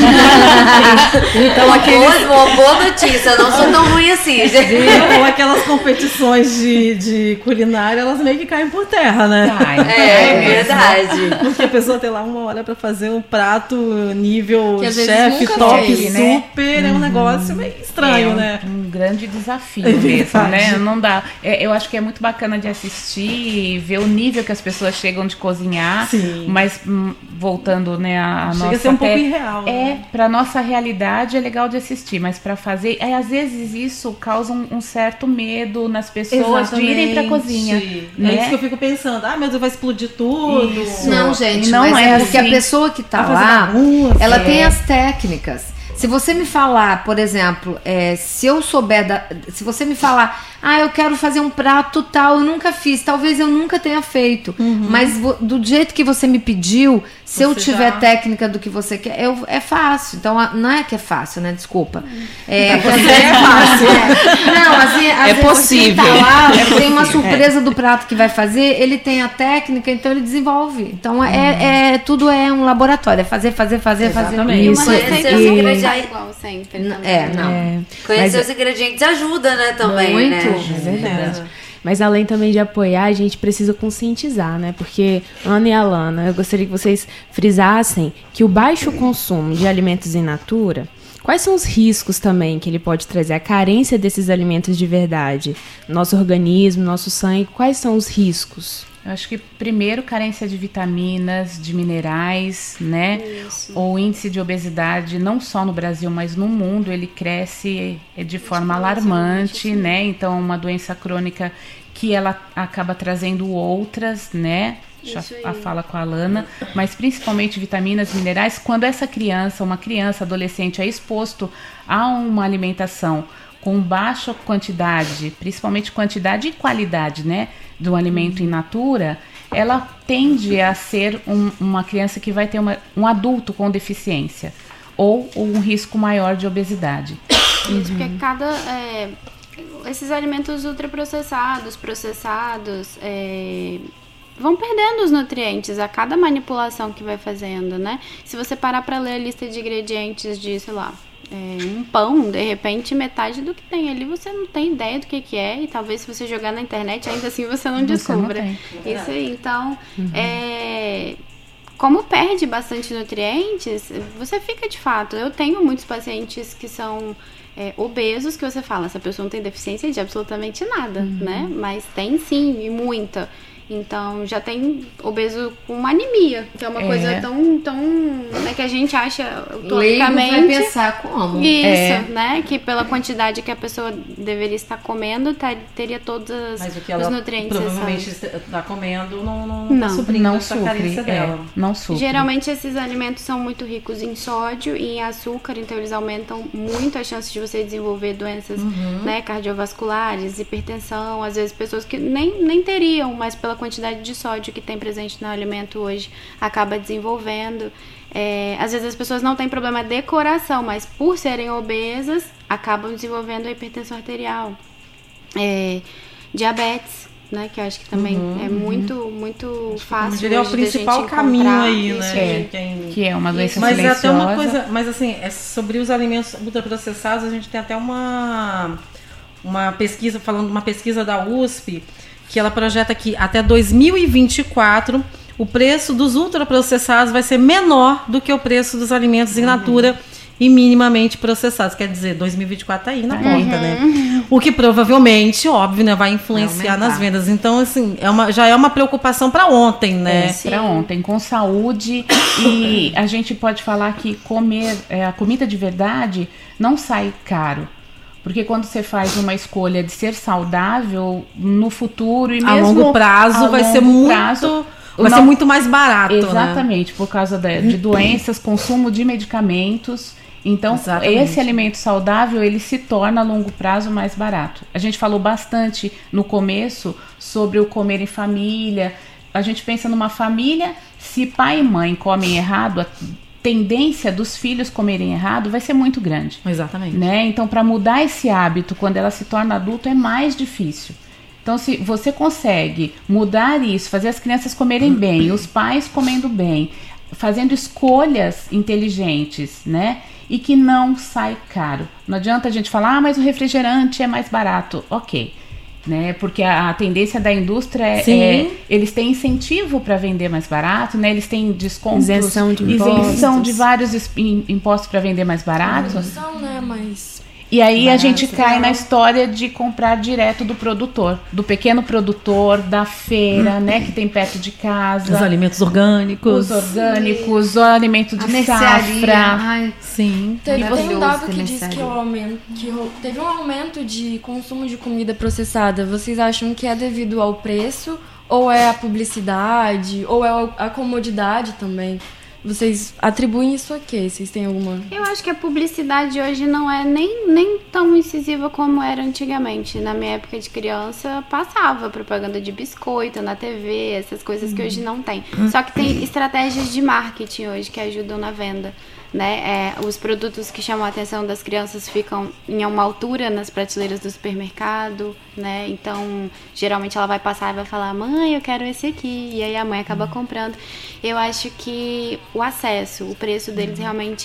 Então, aqueles... boa, boa notícia, não sou tão ruim assim, gente. Ou aquelas competições de, de culinária, elas meio que caem por terra, né? Cai, é, é verdade. Porque a pessoa tem lá uma hora pra fazer um prato nível chefe, top, fez, super, né? É um negócio meio estranho, é um, né? Um grande desafio é mesmo, né? Não dá. É, eu acho que é muito bacana de assistir, ver o nível que as pessoas chegam de cozinhar, Sim. mas hum, voltando, né, a Chega nossa a ser um até, pouco irreal. É, né? pra nossa realidade é legal de assistir, mas pra fazer, é, às vezes isso causa um, um certo medo nas pessoas Exatamente. de irem pra cozinha. Né? É isso que eu fico pensando. Ah, meu Deus, vai explodir tudo. Isso. Não, gente, não mas é é porque assim. a pessoa que tá Vai lá, bagunça, ela é. tem as técnicas. Se você me falar, por exemplo, é, se eu souber, da, se você me falar, ah, eu quero fazer um prato tal, eu nunca fiz, talvez eu nunca tenha feito, uhum. mas vo, do jeito que você me pediu, se você eu tiver já... técnica do que você quer, eu, é fácil. Então, não é que é fácil, né? Desculpa. É, pra você é fácil. É. Não, assim, às é vezes possível. Tá lá, é tem uma surpresa é. do prato que vai fazer, ele tem a técnica, então ele desenvolve. Então, uhum. é, é, tudo é um laboratório, é fazer, fazer, fazer, Exatamente. fazer. Isso. Conhecer os ingredientes é igual sempre. É, não. É. Conhecer Mas, os ingredientes ajuda, né, também, muito. né? É verdade. Mas além também de apoiar, a gente precisa conscientizar, né? Porque, Ana e Alana, eu gostaria que vocês frisassem que o baixo consumo de alimentos in natura, quais são os riscos também que ele pode trazer? A carência desses alimentos de verdade, nosso organismo, nosso sangue, quais são os riscos? Eu acho que primeiro carência de vitaminas, de minerais, né? Isso. O índice de obesidade, não só no Brasil, mas no mundo, ele cresce de forma alarmante, né? Então, uma doença crônica que ela acaba trazendo outras, né? Já a fala com a Alana, mas principalmente vitaminas, minerais. Quando essa criança, uma criança, adolescente, é exposto a uma alimentação com baixa quantidade, principalmente quantidade e qualidade, né, do alimento in natura, ela tende a ser um, uma criança que vai ter uma, um adulto com deficiência ou, ou um risco maior de obesidade. Isso, porque cada... É, esses alimentos ultraprocessados, processados, é, vão perdendo os nutrientes a cada manipulação que vai fazendo, né? Se você parar para ler a lista de ingredientes de, sei lá, É, um pão, de repente, metade do que tem ali você não tem ideia do que, que é, e talvez se você jogar na internet, ainda assim você não você descubra. Não Isso aí, então, uhum. é, como perde bastante nutrientes, você fica de fato. Eu tenho muitos pacientes que são é, obesos, que você fala, essa pessoa não tem deficiência de absolutamente nada, uhum. né? Mas tem sim, e muita. Então, já tem obeso com uma anemia, que é uma é. coisa tão, tão né, que a gente acha utolicamente... vai pensar como. Isso, é. né? Que pela quantidade que a pessoa deveria estar comendo, tá, teria todos Mas o que os ela nutrientes. provavelmente está comendo não, não, não tá suprindo não essa supre, carência é, dela. Não supre. Geralmente esses alimentos são muito ricos em sódio e em açúcar, então eles aumentam muito a chance de você desenvolver doenças uhum. né, cardiovasculares, hipertensão, às vezes pessoas que nem, nem teriam, mas pela quantidade de sódio que tem presente no alimento hoje, acaba desenvolvendo. É, às vezes as pessoas não têm problema de coração, mas por serem obesas, acabam desenvolvendo a hipertensão arterial, é, diabetes. né? Que eu acho que também Uhum, é muito, muito fácil. Ele é o hoje da principal gente caminho encontrar aí, isso né? aí. Quem- Que é uma doença Mas é silenciosa. até uma coisa, mas assim, é sobre os alimentos ultraprocessados, a gente tem até uma uma pesquisa, falando uma pesquisa da U S P, que ela projeta que até dois mil e vinte e quatro o preço dos ultraprocessados vai ser menor do que o preço dos alimentos in natura e minimamente processados. Quer dizer, dois mil e vinte e quatro tá aí na Uhum. porta, né? O que provavelmente, óbvio, né, vai influenciar Vai nas vendas. Então, assim, é uma, já é uma preocupação para ontem, né? É, para ontem, com saúde. E a gente pode falar que comer é, a comida de verdade não sai caro. Porque quando você faz uma escolha de ser saudável, no futuro e A mesmo longo prazo a vai longo ser muito, prazo, vai não- ser muito mais barato, né? Exatamente, por causa de, de doenças, consumo de medicamentos. Então, Exatamente. esse alimento saudável, ele se torna a longo prazo mais barato. A gente falou bastante no começo sobre o comer em família. A gente pensa numa família, se pai e mãe comem errado, a tendência dos filhos comerem errado vai ser muito grande. Exatamente. Né? Então, para mudar esse hábito quando ela se torna adulto é mais difícil. Então, se você consegue mudar isso, fazer as crianças comerem bem, os pais comendo bem, fazendo escolhas inteligentes, né? E que não sai caro. Não adianta a gente falar, ah, mas o refrigerante é mais barato. Ok. Né? Porque a, a tendência da indústria é, Sim. é eles têm incentivo para vender mais barato, né? Eles têm descontos, Isenção de isenção impostos. de vários es- im- impostos para vender mais barato. Produção, né? Mas E aí a Barato, gente cai legal. na história de comprar direto do produtor, do pequeno produtor, da feira, né, que tem perto de casa. Os alimentos orgânicos. Os orgânicos, o alimento de A mercearia. safra. Ai, Sim. Teve, tem um Maravilhoso dado ter que diz mercearia. que, o aumento, que ro- teve um aumento de consumo de comida processada. Vocês acham que é devido ao preço? Ou é a publicidade? Ou é a comodidade também? Vocês atribuem isso a quê? Vocês têm alguma... Eu acho que a publicidade hoje não é nem, nem tão incisiva como era antigamente. Na minha época de criança, passava propaganda de biscoito na T V, essas coisas que hoje não tem. Só que tem estratégias de marketing hoje que ajudam na venda. Né? É, os produtos que chamam a atenção das crianças ficam em uma altura nas prateleiras do supermercado, né? Então, geralmente ela vai passar e vai falar, mãe, eu quero esse aqui. E aí a mãe acaba comprando. Eu acho que o acesso, o preço deles realmente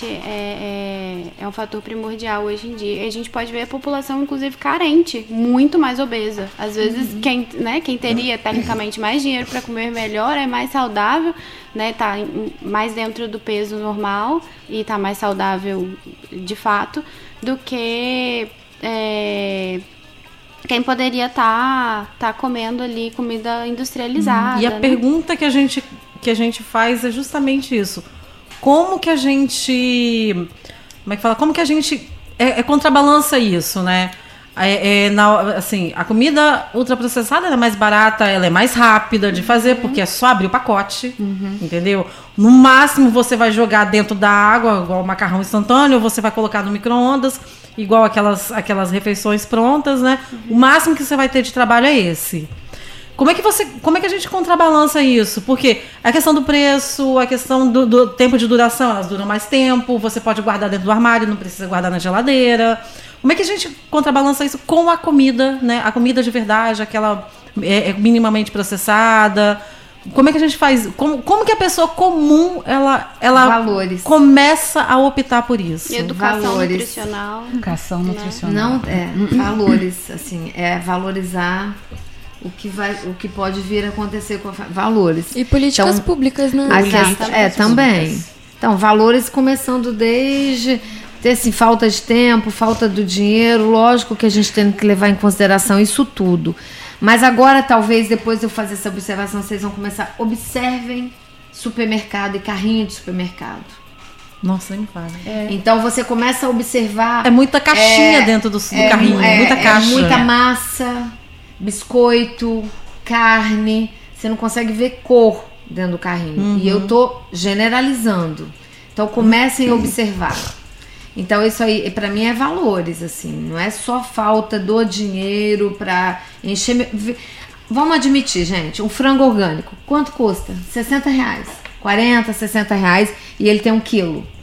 é, é, é um fator primordial hoje em dia. E a gente pode ver a população, inclusive, carente, muito mais obesa. Às vezes, quem, né, quem teria, tecnicamente, mais dinheiro para comer melhor, é mais saudável, né, tá em- mais dentro do peso normal e tá mais saudável de fato do que é, quem poderia estar tá, tá comendo ali comida industrializada. E a né? pergunta que a gente que a gente faz é justamente isso. Como que a gente, como é que fala? Como que a gente é, é contrabalança isso, né? É, é, na, assim, a comida ultraprocessada ela é mais barata, ela é mais rápida de fazer, porque é só abrir o pacote, entendeu? No máximo você vai jogar dentro da água, igual o macarrão instantâneo, ou você vai colocar no micro-ondas, igual aquelas, aquelas refeições prontas, né? O máximo que você vai ter de trabalho é esse. Como é que você, como é que a gente contrabalança isso? Porque a questão do preço, a questão do, do tempo de duração, elas duram mais tempo, você pode guardar dentro do armário, não precisa guardar na geladeira. Como é que a gente contrabalança isso com a comida, né? A comida de verdade, aquela é, é minimamente processada. Como é que a gente faz? Como, como que a pessoa comum ela, ela Valores. começa a optar por isso? E educação valores. nutricional. Educação nutricional. Não, é, valores, assim, é valorizar o que vai, o que pode vir a acontecer com a fa- valores. E políticas Então, públicas, né? A Exato. questão- é, também. Então, valores começando desde ter assim, falta de tempo, falta do dinheiro, lógico que a gente tem que levar em consideração isso tudo. Mas agora, talvez, depois de eu fazer essa observação, vocês vão começar, observem supermercado e carrinho de supermercado. Nossa, nem me fala. Então você começa a observar. É muita caixinha É, dentro do, do é, carrinho, é, muita é caixa. muita massa, biscoito, carne. Você não consegue ver cor dentro do carrinho. Uhum. E eu tô generalizando. Então comecem a observar. Então isso aí, pra mim, é valores, assim. Não é só falta do dinheiro pra encher... meu- vi- Vamos admitir, gente, um frango orgânico, quanto custa? sessenta reais. quarenta, sessenta reais e ele tem um quilo.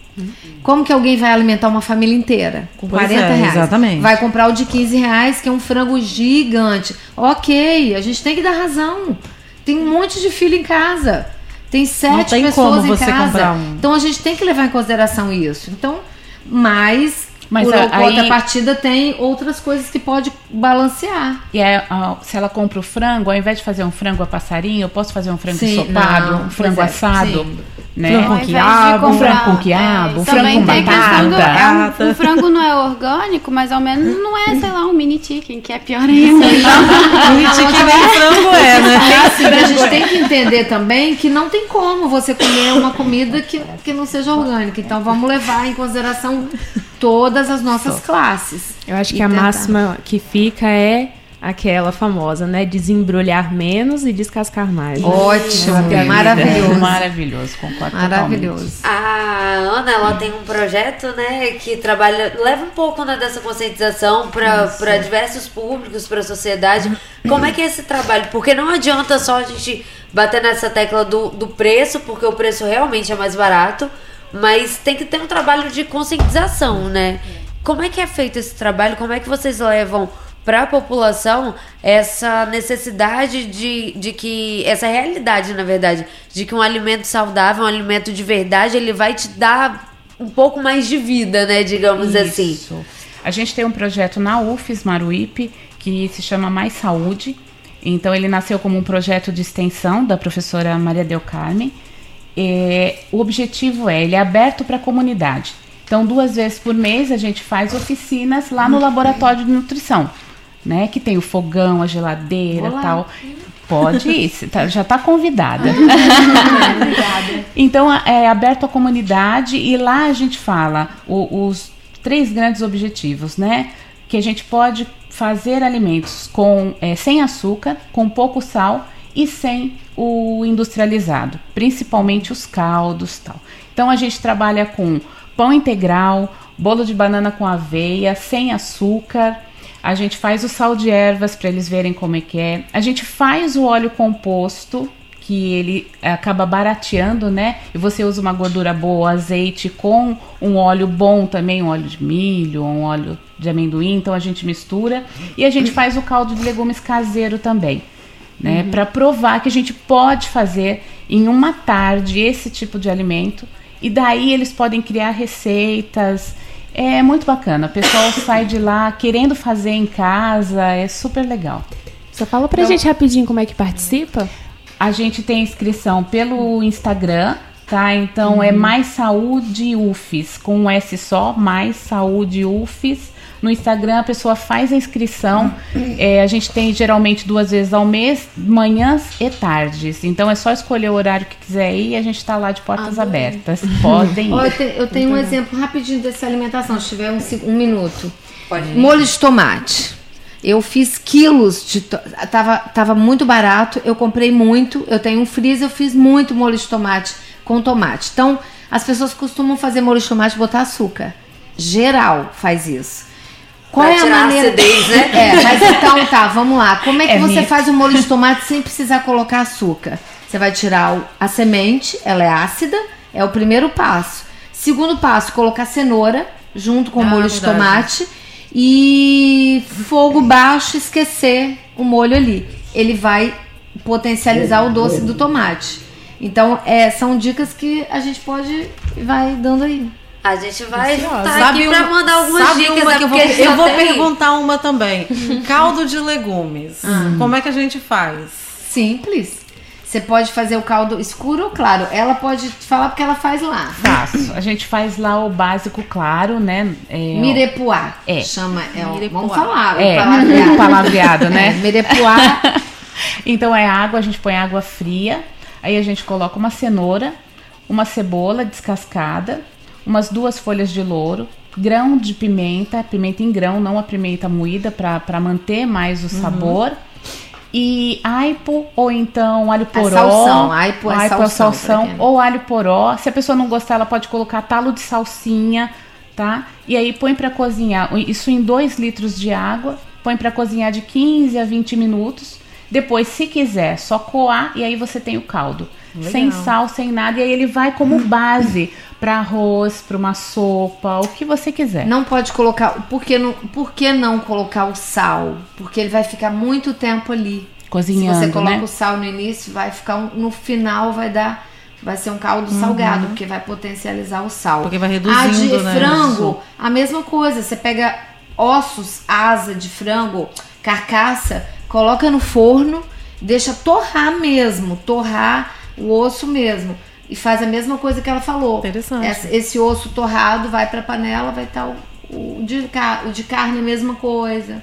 Como que alguém vai alimentar uma família inteira? Com Pois quarenta é, reais. exatamente. Vai comprar o de quinze reais, que é um frango gigante. Ok, a gente tem que dar razão. Tem um monte de filho em casa. Tem sete tem pessoas como em você casa. comprar um. Então a gente tem que levar em consideração isso. Então, mas, Mas por a- outra aí- partida tem outras coisas que pode balancear. E aí, ah, se ela compra o frango, ao invés de fazer um frango a passarinho, eu posso fazer um frango Sim, ensopado, não, um frango pois é, assado, sim. né? Frango Ao com invés de quiabo, Um comprar- frango com quiabo, é, frango também com tem a questão do, batata. é um- o frango não é orgânico, mas ao menos não é, sei lá, um mini chicken, que é pior ainda. Bonitinho que nem frango é, né? Assim, a gente tem que entender também que não tem como você comer uma comida que, que não seja orgânica. Então vamos levar em consideração todas as nossas classes. Eu acho E que a tentar. máxima que fica é aquela famosa, né? Desembrulhar menos e descascar mais. Ótimo, É maravilhoso. Maravilhoso, concordo Maravilhoso. A Ana, ela tem um projeto, né, que trabalha, leva um pouco, né, dessa conscientização para diversos públicos, para a sociedade. Como é que é esse trabalho? Porque não adianta só a gente bater nessa tecla do, do preço, porque o preço realmente é mais barato, mas tem que ter um trabalho de conscientização, né? Como é que é feito esse trabalho? Como é que vocês levam para a população essa necessidade de, de que, essa realidade, na verdade, de que um alimento saudável, um alimento de verdade, ele vai te dar um pouco mais de vida, né, digamos assim. Isso. A gente tem um projeto na U F S Maruípe que se chama Mais Saúde. Então ele nasceu como um projeto de extensão da professora Maria Del Carme. E o objetivo é, ele é aberto para a comunidade. Então duas vezes por mês a gente faz oficinas lá no laboratório de nutrição, né? Que tem o fogão, a geladeira e tal. Pode ir, você tá- já está convidada. Então é aberto à comunidade e lá a gente fala o- os três grandes objetivos, né? Que a gente pode fazer alimentos com, é, sem açúcar, com pouco sal e sem o industrializado, principalmente os caldos e tal. Então a gente trabalha com pão integral, bolo de banana com aveia, sem açúcar. A gente faz o sal de ervas para eles verem como é que é. A gente faz o óleo composto, que ele acaba barateando, né? E você usa uma gordura boa, azeite com um óleo bom também, um óleo de milho, um óleo de amendoim. Então a gente mistura. E a gente faz o caldo de legumes caseiro também, né? Para provar que a gente pode fazer em uma tarde esse tipo de alimento. E daí eles podem criar receitas. É muito bacana. O pessoal sai de lá querendo fazer em casa. É super legal. Só fala pra gente rapidinho como é que participa. A gente tem inscrição pelo Instagram, tá? Então é Mais Saúde U F S, com um S só, Mais Saúde U F S. No Instagram a pessoa faz a inscrição. É, a gente tem geralmente duas vezes ao mês, manhãs e tardes. Então é só escolher o horário que quiser ir e a gente está lá de portas abertas. Podem Ó, ir. eu, te- eu tenho um exemplo rapidinho dessa alimentação, se tiver um, se- um minuto. Pode ir. Molho de tomate. Eu fiz quilos de. To... Tava, tava muito barato, eu comprei muito. Eu tenho um freezer, eu fiz muito molho de tomate com tomate. Então, as pessoas costumam fazer molho de tomate e botar açúcar. Geral faz isso. Qual Pra é a tirar a maneira? acidez, né? É, mas então tá, vamos lá. Como é que É você mito. faz o molho de tomate sem precisar colocar açúcar? Você vai tirar o- a semente, ela é ácida, é o primeiro passo. Segundo passo, colocar cenoura junto com o Ah, molho de verdade. tomate e fogo baixo, esquecer o molho ali. Ele vai potencializar o doce do tomate. Então, é, são dicas que a gente pode vai dando aí. A gente vai estar Sabe aqui pra uma- mandar algumas sabe dicas, uma né? que eu vou, Porque eu só vou tem- perguntar uma também. Caldo de legumes. Como é que a gente faz? Simples. Você pode fazer o caldo escuro ou claro. Ela pode te falar porque ela faz lá. Faço. A gente faz lá o básico, claro, né? É, Mirepuá. É. Chama, é o, Mirepuá. vamos falar. É, o palavreado. o palavreado, né? É, mirepuá. Então é água, a gente põe água fria, aí a gente coloca uma cenoura, uma cebola descascada, umas duas folhas de louro, grão de pimenta, pimenta em grão, não a pimenta moída, para manter mais o sabor. E aipo, ou então alho poró. salsão, aipo é aipo salsão, salsão, pra quem- ou alho poró. Se a pessoa não gostar, ela pode colocar talo de salsinha, tá? E aí põe para cozinhar, isso em dois litros de água, põe para cozinhar de quinze a vinte minutos. Depois, se quiser, só coar e aí você tem o caldo. Legal. Sem sal, sem nada. E aí ele vai como base para arroz, para uma sopa, o que você quiser. Não pode colocar... Por que não, por que não colocar o sal? Porque ele vai ficar muito tempo ali. Cozinhando, Se você coloca né? o sal no início, vai ficar... Um, no final vai dar... Vai ser um caldo Uhum. salgado, porque vai potencializar o sal. Porque vai A reduzindo, de né, frango, isso. a mesma coisa. Você pega ossos, asa de frango, carcaça, coloca no forno, deixa torrar mesmo, torrar o osso mesmo. E faz a mesma coisa que ela falou. Interessante. Esse, esse osso torrado vai pra panela, vai estar o, o, de, ca- o de carne a mesma coisa.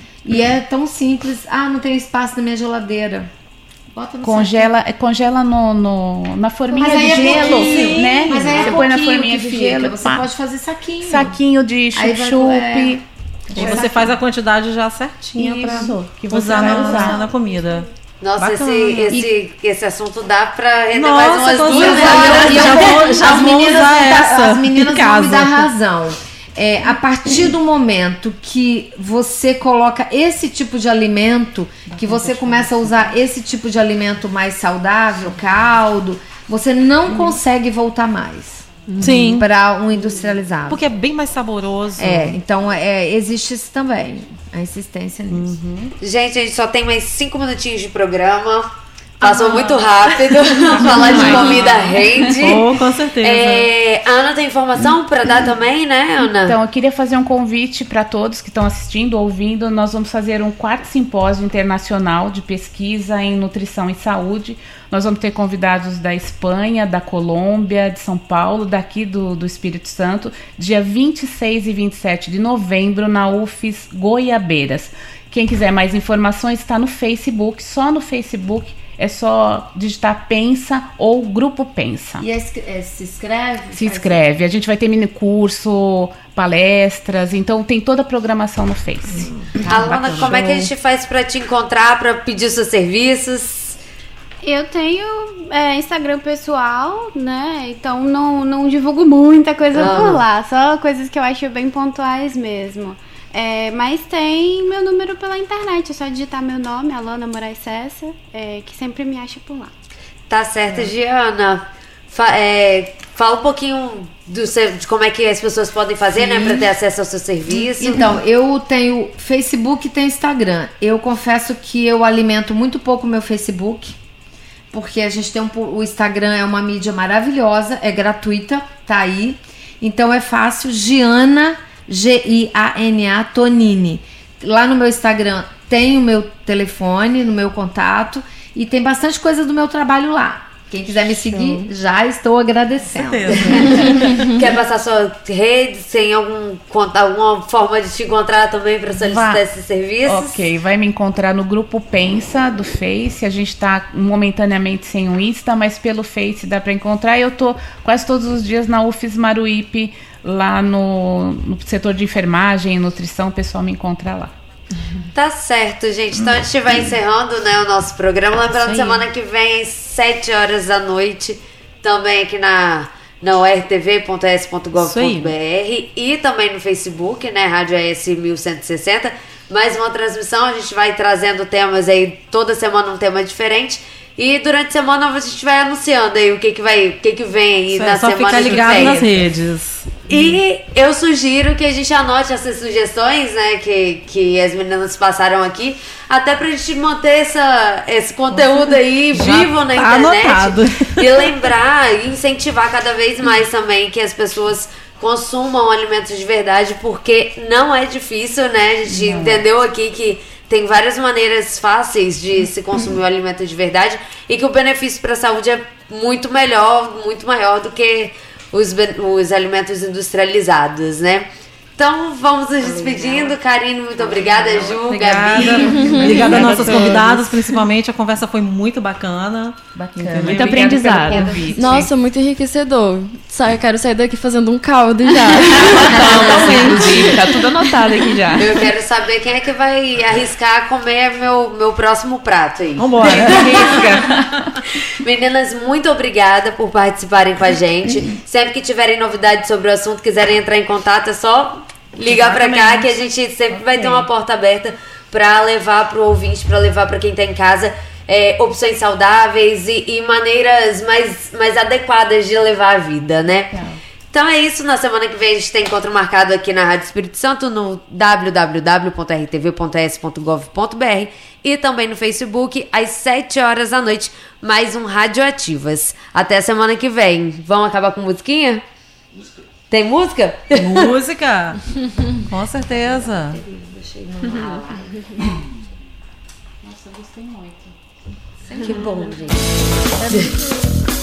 E é tão simples. Ah, não tem espaço na minha geladeira. Bota no Congela, é, congela no, no, na forminha Mas aí de é gelo, pouquinho, né? mas aí é você põe na pouquinho forminha que de fica. gelo. Você pá, pode fazer saquinho. saquinho de Aí vai- chup-chup. E você faz a quantidade já certinha Isso, pra que você usar, vai na, usar. na comida. Nossa, esse, Bacana. esse, esse assunto dá pra render Nossa, mais umas com duas certeza. horas. E eu Já vou- vou- já as vou meninas, usar vão dar- essa as meninas em vão me dar casa. razão. É, a partir do momento que você coloca esse tipo de alimento, que você começa a usar esse tipo de alimento mais saudável, caldo, você não consegue voltar mais Sim. para um industrializado. Porque é bem mais saboroso. É, então é, existe isso também, a insistência nisso. Gente, a gente só tem mais cinco minutinhos de programa. Passou muito rápido. Falar de comida rende. Oh, com certeza. É, a Ana tem informação pra dar também, né, Ana? Então, eu queria fazer um convite para todos que estão assistindo, ouvindo. Nós vamos fazer um quarto simpósio internacional de pesquisa em nutrição e saúde. Nós vamos ter convidados da Espanha, da Colômbia, de São Paulo, daqui do, do Espírito Santo, dia vinte e seis e vinte e sete de novembro, na U F S Goiabeiras. Quem quiser mais informações está no Facebook, só no Facebook. É só digitar Pensa ou Grupo Pensa. E é, é, se inscreve? Se inscreve. A gente vai ter mini curso, palestras, então tem toda a programação no Face. Alana, como é que a gente faz pra te encontrar, pra pedir seus serviços? Eu tenho é, Instagram pessoal, né? Então não, não divulgo muita coisa Ah. por lá. Só coisas que eu acho bem pontuais mesmo. É, mas tem meu número pela internet. É só digitar meu nome, Alana Moraes Cessa, é, que sempre me acha por lá. Tá certo, Giana. Fa- é, fala um pouquinho do seu- de como é que as pessoas podem fazer, né, pra ter acesso ao seu serviço. Então, eu tenho Facebook e tenho Instagram. Eu confesso que eu alimento muito pouco o meu Facebook, porque a gente tem um, pu- o Instagram é uma mídia maravilhosa, é gratuita, tá aí. Então é fácil, Giana, G I A N A Tonini. Lá no meu Instagram tem o meu telefone, no meu contato, e tem bastante coisa do meu trabalho lá. Quem quiser me seguir, já estou agradecendo. Quer passar sua rede, tem algum, conta- alguma forma de te encontrar também para solicitar Vá. esses serviços? Ok, vai me encontrar no Grupo Pensa do Face. A gente tá momentaneamente sem o Insta, mas pelo Face dá para encontrar. Eu tô quase todos os dias na U F S Maruípe, lá no, no setor de enfermagem e nutrição. O pessoal me encontra lá. Tá certo, gente. Então a gente vai encerrando, né, o nosso programa. Lembrando, Isso aí. semana que vem, às sete horas da noite, também aqui na, na u r t v ponto s ponto gov ponto b r e também no Facebook, né, Rádio A S mil cento e sessenta. Mais uma transmissão, a gente vai trazendo temas aí, toda semana um tema diferente. E durante a semana a gente vai anunciando aí o que que vai, o que que vem aí Isso na é só semana ficar que ligado vem. nas redes. E eu sugiro que a gente anote essas sugestões, né, que, que as meninas passaram aqui, até pra gente manter essa, esse conteúdo aí Já vivo na tá internet. anotado. E lembrar e incentivar cada vez mais também que as pessoas consumam alimentos de verdade, porque não é difícil, né? A gente entendeu aqui que tem várias maneiras fáceis de se consumir o alimento de verdade e que o benefício para a saúde é muito melhor, muito maior do que os, ben- os alimentos industrializados, né? Então vamos nos despedindo. Karine, muito obrigada. Ju, Obrigada. Gabi. Obrigada a nossas convidadas, principalmente. A conversa foi muito bacana. Bacana. Muito Obrigada aprendizado. pelo convite. Nossa, muito enriquecedor. Sai, eu quero sair daqui fazendo um caldo já. Inclusive, tá tudo anotado aqui já. Eu quero saber quem é que vai arriscar comer meu, meu próximo prato aí. Vambora. Meninas, muito obrigada por participarem com a gente. Sempre que tiverem novidades sobre o assunto, quiserem entrar em contato, é só ligar pra cá que a gente sempre vai ter uma porta aberta para levar pro ouvinte, para levar para quem tá em casa, é, opções saudáveis e, e maneiras mais, mais adequadas de levar a vida, né? Não. Então é isso, na semana que vem a gente tem encontro marcado aqui na Rádio Espírito Santo no w w w ponto r t v ponto s ponto gov ponto b r e também no Facebook às sete horas da noite, mais um Radioativas. Até a semana que vem. Vamos acabar com musiquinha? Música. Tem música? Música? Com certeza. Nossa, eu gostei muito. Que bom, gente.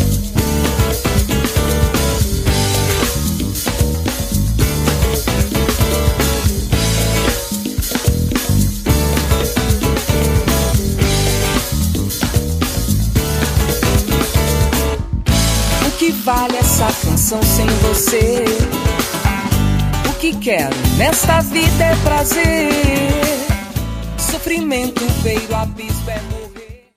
O que vale essa canção sem você? O que quero nesta vida é prazer. Sofrimento veio, abismo é morrer.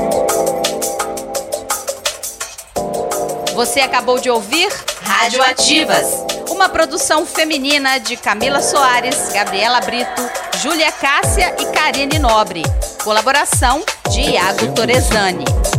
Você acabou de ouvir Radioativas, uma produção feminina de Camila Soares, Gabriela Brito, Júlia Cássia e Karine Nobre. Colaboração de Iago Torezani.